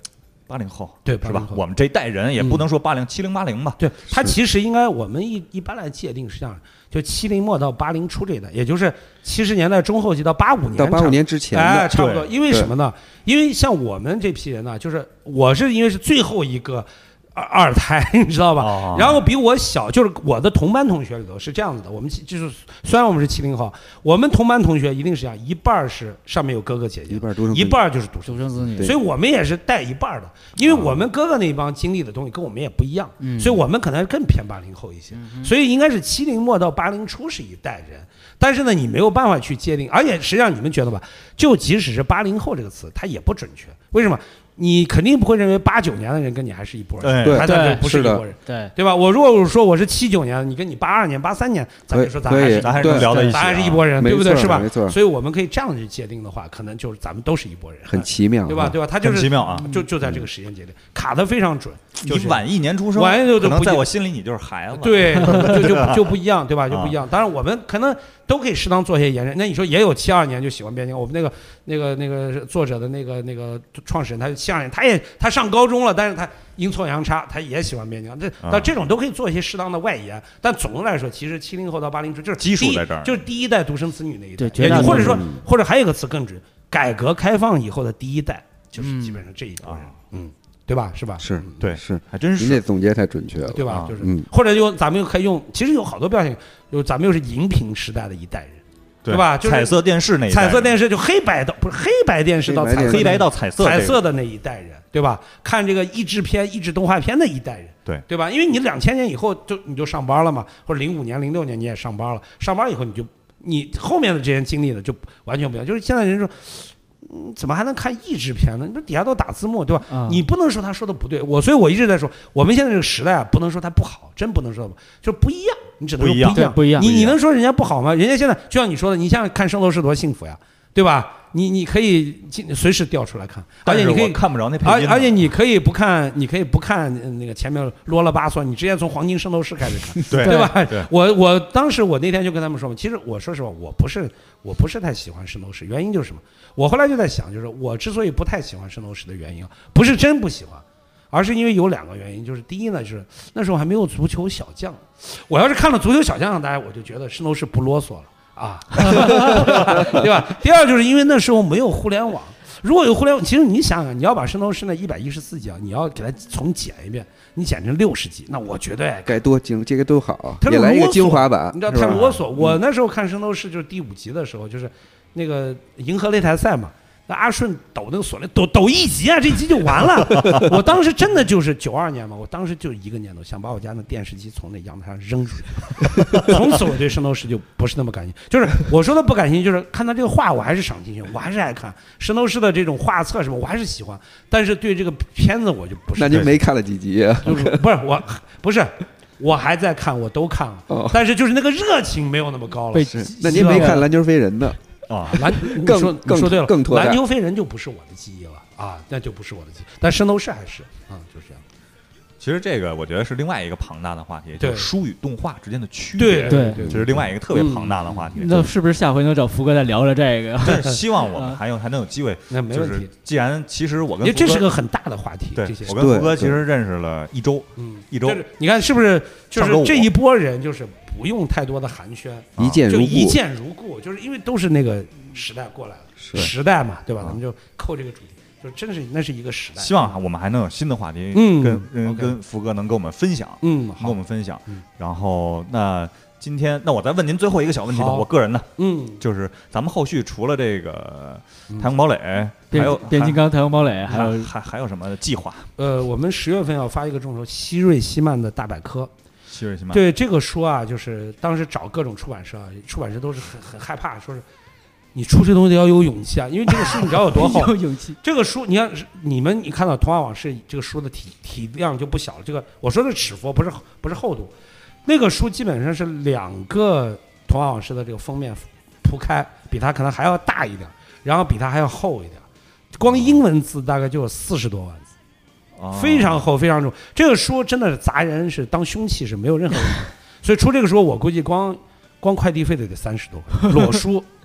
八零后， 对， 是吧？我们这一代人也不能说八零七零八零吧。 对，它其实应该我们一一般来界定是这样，就七零末到八零初这一代，也就是七十年代中后期到八五年， 到八五年之前， 哎，差不多。因为什么呢？因为像我们这批人呢，就是我是因为是最后一个。二胎，你知道吧？ 哦、 然后比我小，就是我的同班同学里头是这样子的。我们就是虽然我们是七零后，我们同班同学一定是这样，一半是上面有哥哥姐姐， 一半独生， 一半就是独生子女。 所以我们也是带一半的，因为我们哥哥那一帮经历的东西跟我们也不一样， 嗯、 所以我们可能更偏八零后一些。嗯、所以应该是七零末到八零初是一代人，但是呢，你没有办法去界定，而且实际上你们觉得吧，就即使是八零后这个词，它也不准确。为什么？你肯定不会认为八九年的人跟你还是一拨人， 对， 对，不是一拨人， 对， 对吧？我如果说我是七九年，你跟你八二年、八三年，咱就说咱还是咱还是聊在一起， 咱还是一拨人，对不对？是吧？ 没错。 所以我们可以这样去界定的话，可能就是咱们都是一拨人， 很奇妙， 对吧？对吧？他就是很奇妙啊， 就就在这个时间节点卡得非常准。 你晚一年出生， 晚一年可能在我心里你就是孩子， 对，就就就不一样，对吧？就不一样。当然我们可能都可以适当做一些延伸。那你说也有七二年就喜欢变形，我们那个那个那个作者的那个那个创始人，他七二年，他也他上高中了，但是他阴错阳差，他也喜欢变形。这那这种都可以做一些适当的外延。但总的来说，其实七零后到八零初就是基础在这儿， 就是第一代独生子女那一代， 对， 或者说或者还有一个词更准，改革开放以后的第一代，就是基本上这一波人，嗯。对吧？是吧？ 是对， 是， 还真是。 您这总结太准确了， 对吧？就是， 嗯， 或者用咱们又可以用，其实有好多标签，有咱们又是荧屏时代的一代人，对吧？就是彩色电视那一代， 彩色电视就黑白的，不是黑白电视到彩色黑白到彩色彩色的那一代人，对吧？看这个益智片、益智动画片的一代人， 对对吧？因为你两千年以后就你就上班了嘛，或者零五年、零六年你也上班了，上班以后你就你后面的这些经历的就完全不一样，就是现在人说。嗯，怎么还能看益智片呢？你说底下都打字幕，对吧？嗯、你不能说他说的不对，我所以我一直在说，我们现在这个时代啊，不能说它不好，真不能说就不一样，你只能说不一样， 不一样。不一样你你能说人家不好吗？人家现在就像你说的，你像看《圣斗士》多幸福呀，对吧？你你可以随时调出来看，而且你可以看不着那配音， 而而且你可以不看，你可以不看那个前面啰了吧嗦，你直接从《黄金圣斗士》开始看， 对对吧？ 对我我当时我那天就跟他们说嘛，其实我说实话，我不是我不是太喜欢圣斗士，原因就是什么？我后来就在想，就是我之所以不太喜欢圣斗士的原因啊，不是真不喜欢，而是因为有两个原因，就是第一呢，就是那时候还没有足球小将，我要是看了足球小将，大家我就觉得圣斗士不啰嗦了。啊，对吧？第二就是因为那时候没有互联网，如果有互联网，其实你想想，你要把圣斗士那一百一十四集啊，你要给它重剪一遍，你剪成六十集，那我觉得该多精，这个都好， 它也来一个精华版， 你知道太啰嗦。我那时候看圣斗士就是第五集的时候，就是那个银河擂台赛嘛。那阿顺抖那个锁链，抖抖一集啊，这集就完了。我当时真的就是九二年嘛，我当时就一个念头，想把我家那电视机从那阳台上扔出去。从此我对圣斗士就不是那么感兴趣，就是我说的不感兴趣，就是看到这个画我还是赏心悦目，我还是爱看圣斗士的这种画册什么，我还是喜欢。但是对这个片子我就不是。 那您没看了几集啊？ 就是不是我，不是。我还在看，我都看了， 哦、 但是就是那个热情没有那么高了。 那您没看篮球飞人呢？ 啊，篮更说更说对了， 更脱篮球飞人就不是我的记忆了啊，那就不是我的记忆。但圣斗士还是啊，就是这样。 其实这个我觉得是另外一个庞大的话题，就是书与动画之间的区别。 对对， 这是另外一个特别庞大的话题。 嗯、那是不是下回能找福哥再聊聊这个？ 但是希望我们还有还能有机会。 那没问题。 既然其实我跟因为这是个很大的话题。 对，我跟福哥其实认识了一周， 嗯， 一周。 你看是不是？就是这一波人，就是不用太多的寒暄， 一见如故， 就一见如故，就是因为都是那个时代过来的，时代嘛，对吧？咱们就扣这个主题。就真是那是一个时代， 希望我们还能有新的话题， 嗯， 跟跟 okay 跟福哥能跟我们分享， 嗯， 跟我们分享。 嗯、 然后那今天，那我再问您最后一个小问题吧，我个人呢， 嗯， 就是咱们后续除了这个太阳堡垒， 嗯、 还有变形金刚、太阳堡垒，还有还还有什么计划？ 呃，我们十月份要发一个众筹希瑞希曼的大百科。 希瑞希曼对这个书啊，就是当时找各种出版社，出版社都是很很害怕，说是。你出这东西要有勇气啊，因为这个书你知道有多厚？ 有勇气。 这个书，你看你们你看到《童话往事》这个书的体体量就不小了。这个我说的尺幅不是不是厚度，那个书基本上是两个《童话往事》的这个封面铺开，比它可能还要大一点，然后比它还要厚一点。光英文字大概就有四十多万字， 哦、 非常厚，非常重。这个书真的是砸人，是当凶器是没有任何问题。所以出这个书，我估计光光快递费得得三十多块，裸书。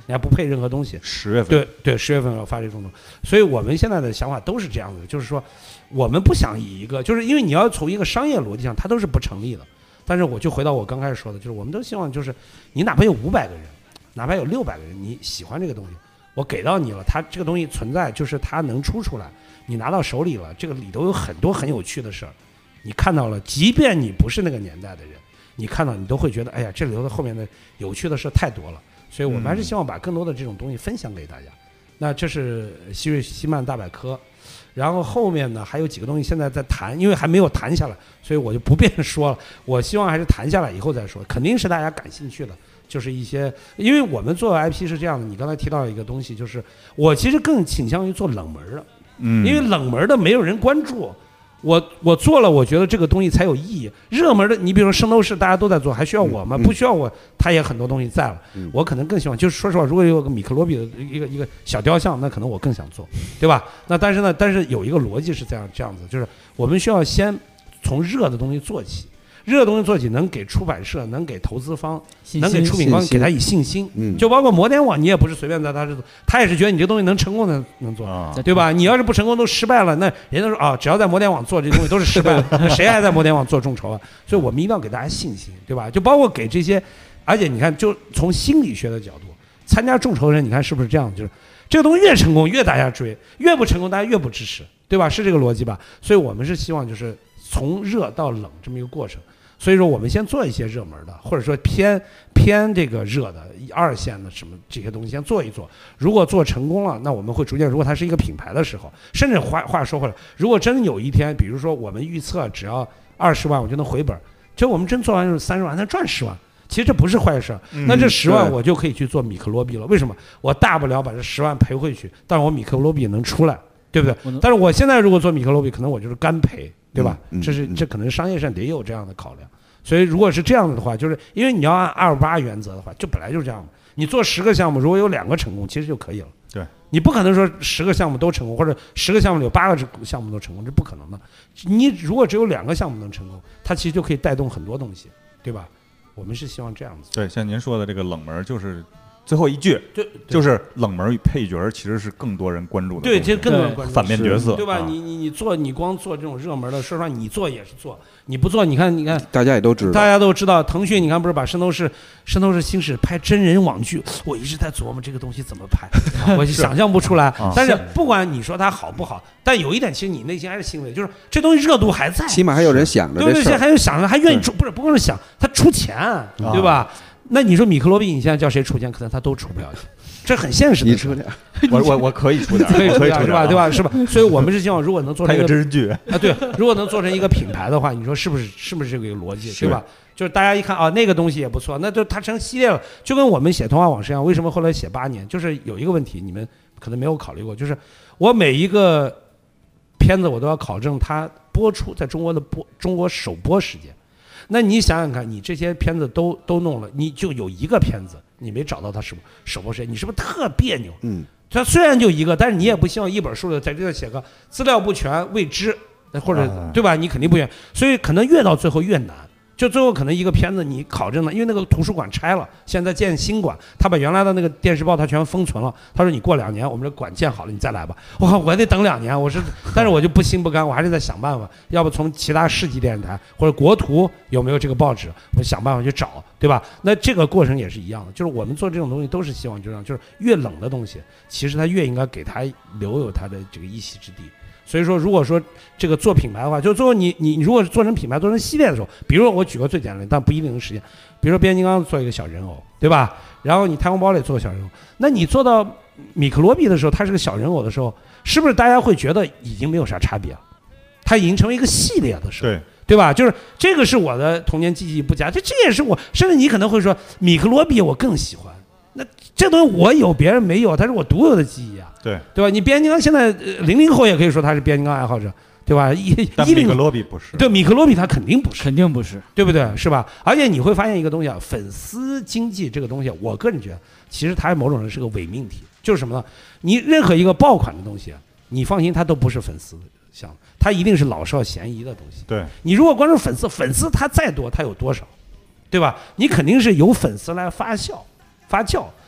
你还不配任何东西。 十月份， 对对，十月份要发这种东西，所以我们现在的想法都是这样的，就是说，我们不想以一个，就是因为你要从一个商业逻辑上，它都是不成立的。但是我就回到我刚开始说的，就是我们都希望，就是你哪怕有五百个人，哪怕有六百个人，你喜欢这个东西，我给到你了，它这个东西存在，就是它能出出来，你拿到手里了，这个里头有很多很有趣的事儿，你看到了，即便你不是那个年代的人，你看到你都会觉得，哎呀，这里头的后面的有趣的事太多了。所以我们还是希望把更多的这种东西分享给大家。嗯、那这是希瑞希曼大百科。然后后面呢还有几个东西现在在谈，因为还没有谈下来，所以我就不便说了。我希望还是谈下来以后再说，肯定是大家感兴趣的，就是一些，因为我们做 I P 是这样的，你刚才提到一个东西，就是我其实更倾向于做冷门的，嗯，因为冷门的没有人关注。我我做了，我觉得这个东西才有意义。热门的，你比如说圣斗士，大家都在做，还需要我吗？不需要我，他也很多东西在了。我可能更希望，就是说实话，如果有个米克罗比的一个一个小雕像，那可能我更想做，对吧？那但是呢，但是有一个逻辑是这样这样子，就是我们需要先从热的东西做起。热的东西做起，能给出版社，能给投资方，能给出品方，给他以信心。嗯，就包括摩天网，你也不是随便在他这，他也是觉得你这东西能成功的能做，啊、对吧？你要是不成功都失败了，那人家说啊，只要在摩天网做这东西都是失败了，那谁还在摩天网做众筹啊？所以我们一定要给大家信心，对吧？就包括给这些，而且你看，就从心理学的角度，参加众筹的人，你看是不是这样？就是这个东西越成功，越大家追；越不成功，大家越不支持，对吧？是这个逻辑吧？所以我们是希望就是从热到冷这么一个过程。所以说我们先做一些热门的，或者说偏偏这个热的二线的什么这些东西先做一做。如果做成功了，那我们会逐渐，如果它是一个品牌的时候，甚至话话说回来，如果真有一天，比如说我们预测只要二十万我就能回本，就我们真做完就是三十万，那赚十万，其实这不是坏事。那这十万我就可以去做米克罗比了。为什么？我大不了把这十万赔回去，但是我米克罗比能出来，对不对？但是我现在如果做米克罗比，可能我就是干赔。对吧？这是这可能商业上得有这样的考量，所以如果是这样的话，就是因为你要按二八原则的话，就本来就是这样。你做十个项目，如果有两个成功，其实就可以了。 对， 你不可能说十个项目都成功，或者十个项目里有八个项目都成功，这不可能的。你如果只有两个项目能成功，它其实就可以带动很多东西，对吧？我们是希望这样子。 对，像您说的这个冷门就是。最后一句， 对， 就是冷门与配角其实是更多人关注的， 对，其实更多人关注反面角色， 对吧？ 啊、 你你你做，你光做这种热门的，说实话，你做也是做，你不做，你看你看， 大家也都知道， 大家都知道，腾讯你看不是把《圣斗士》《圣斗士星矢》拍真人网剧，我一直在琢磨这个东西怎么拍，我就想象不出来。 啊、 但是不管你说它好不好，但有一点，其实你内心还是欣慰，就是这东西热度还在， 起码还有人想着这事儿， 对对，还有想着，还愿意出，不是不光是想，他出钱，对吧？那你说米克罗比，你现在叫谁出钱，可能他都出不了钱，这很现实的。 你出点， 我我我可以出点， 可以可以出点， 是吧？对吧？是吧？所以我们是希望，如果能做成一个真人剧啊，对，如果能做成一个品牌的话，你说是不是？是不是这个逻辑？对吧？就是大家一看啊，那个东西也不错，那就它成系列了，就跟我们写童话往事一样。为什么后来写八年？就是有一个问题，你们可能没有考虑过，就是我每一个片子我都要考证它播出在中国的播中国首播时间。那你想想看，你这些片子都都弄了，你就有一个片子你没找到它首首播时间，你是不是特别扭？ 嗯， 它虽然就一个，但是你也不希望一本书的在这写个资料不全未知，或者对吧？你肯定不愿，所以可能越到最后越难。就最后可能一个片子你考证了，因为那个图书馆拆了，现在建新馆，他把原来的那个电视报他全封存了。他说你过两年我们这馆建好了你再来吧。我靠，我还得等两年，我是，但是我就不心不甘，我还是在想办法，要不从其他市级电视台或者国图有没有这个报纸，我想办法去找，对吧？那这个过程也是一样的，就是我们做这种东西都是希望就让，就是越冷的东西，其实它越应该给它留有它的这个一席之地。所以说，如果说这个做品牌的话，就最后你你你如果是做成品牌、做成系列的时候，比如说我举个最简单的，但不一定能实现。比如说变形金刚做一个小人偶，对吧？然后你太空堡垒做个小人偶，那你做到米克罗比的时候，它是个小人偶的时候，是不是大家会觉得已经没有啥差别了？它已经成为一个系列的时候， 对对吧？就是这个是我的童年记忆不佳，这这也是我，甚至你可能会说米克罗比我更喜欢。那这东西我有别人没有，它是我独有的记忆啊， 对对吧？你变形金刚现在零零后也可以说他是变形金刚爱好者，对吧？一一零米克罗比不是， 对米克罗比他肯定不是， 肯定不是， 对不对？是吧？而且你会发现一个东西啊，粉丝经济这个东西，我个人觉得其实它某种人是个伪命题，就是什么呢？你任何一个爆款的东西，你放心，它都不是粉丝项目，它一定是老少咸宜的东西。 对， 你如果关注粉丝，粉丝他再多，他有多少，对吧？你肯定是由粉丝来发酵。发酵，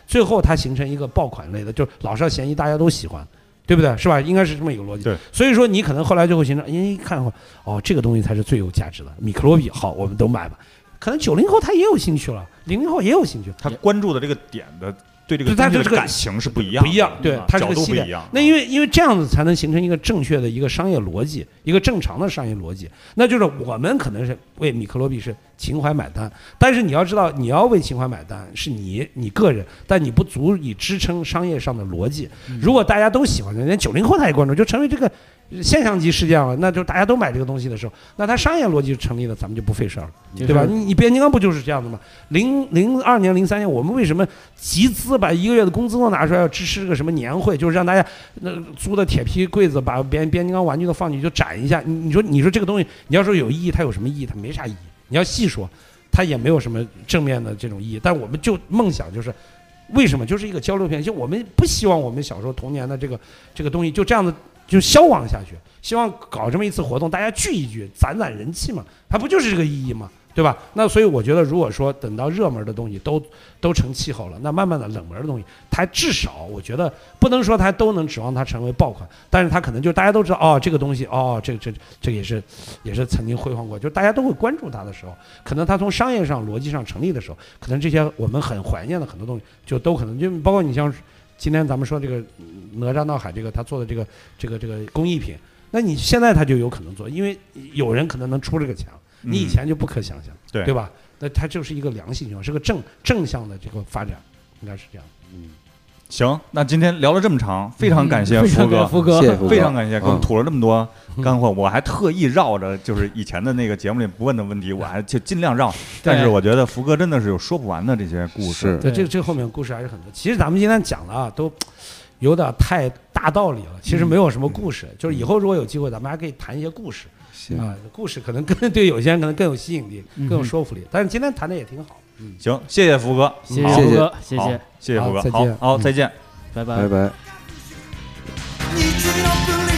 最后它形成一个爆款类的，就是老少咸宜，大家都喜欢。对不对？是吧？应该是这么一个逻辑。 对， 所以说你可能后来就会形成，一看哦，这个东西才是最有价值的。米克罗比好，我们都买吧。可能九零后他也有兴趣了，零零后也有兴趣， 他关注的这个点的。对这个东西的感情是不一样的， 不一样，对，它是个系列。那因为因为这样子才能形成一个正确的一个商业逻辑，一个正常的商业逻辑。那就是我们可能是为米克罗比是情怀买单，但是你要知道，你要为情怀买单是你你个人，但你不足以支撑商业上的逻辑。如果大家都喜欢，连九零后他也关注，就成为这个现象级事件了，那就大家都买这个东西的时候，那它商业逻辑成立了，咱们就不费事儿了，对吧？你你变形金刚不就是这样的吗？零零二年、零三年，我们为什么集资把一个月的工资都拿出来，要支持这个什么年会，就是让大家那租的铁皮柜子，把变变形金刚玩具都放进去就展一下。你你说你说这个东西，你要说有意义，它有什么意义？它没啥意义。你要细说，它也没有什么正面的这种意义。但我们就梦想就是。为什么就是一个交流片？就我们不希望我们小时候童年的这个这个东西就这样子就消亡下去，希望搞这么一次活动，大家聚一聚，攒攒人气嘛，它不就是这个意义吗？对吧？那所以我觉得，如果说等到热门的东西都都成气候了，那慢慢的冷门的东西，它至少我觉得不能说它都能指望它成为爆款，但是它可能就大家都知道哦，这个东西哦，这个这这个也是也是曾经辉煌过，就大家都会关注它的时候，可能它从商业上逻辑上成立的时候，可能这些我们很怀念的很多东西，就都可能就包括你像今天咱们说这个哪吒闹海这个他做的这个这个这个工艺品，那你现在他就有可能做，因为有人可能能出这个墙。你以前就不可想象， 对对吧？那它就是一个良性循环，是个正正向的这个发展，应该是这样。嗯， 行，那今天聊了这么长，非常感谢福哥， 福哥， 非常感谢，给我们吐了这么多干货。我还特意绕着就是以前的那个节目里不问的问题，我还就尽量绕。但是我觉得福哥真的是有说不完的这些故事。 对，这个这个后面故事还是很多。其实咱们今天讲的啊，都有点太大道理了，其实没有什么故事。就是以后如果有机会，咱们还可以谈一些故事。啊，故事可能更对有些人可能更有吸引力，更有说服力。但是今天谈的也挺好。 嗯，行，谢谢福哥， 谢谢福哥，谢谢， 谢谢福哥， 好， 好，再见， 拜拜， 拜拜。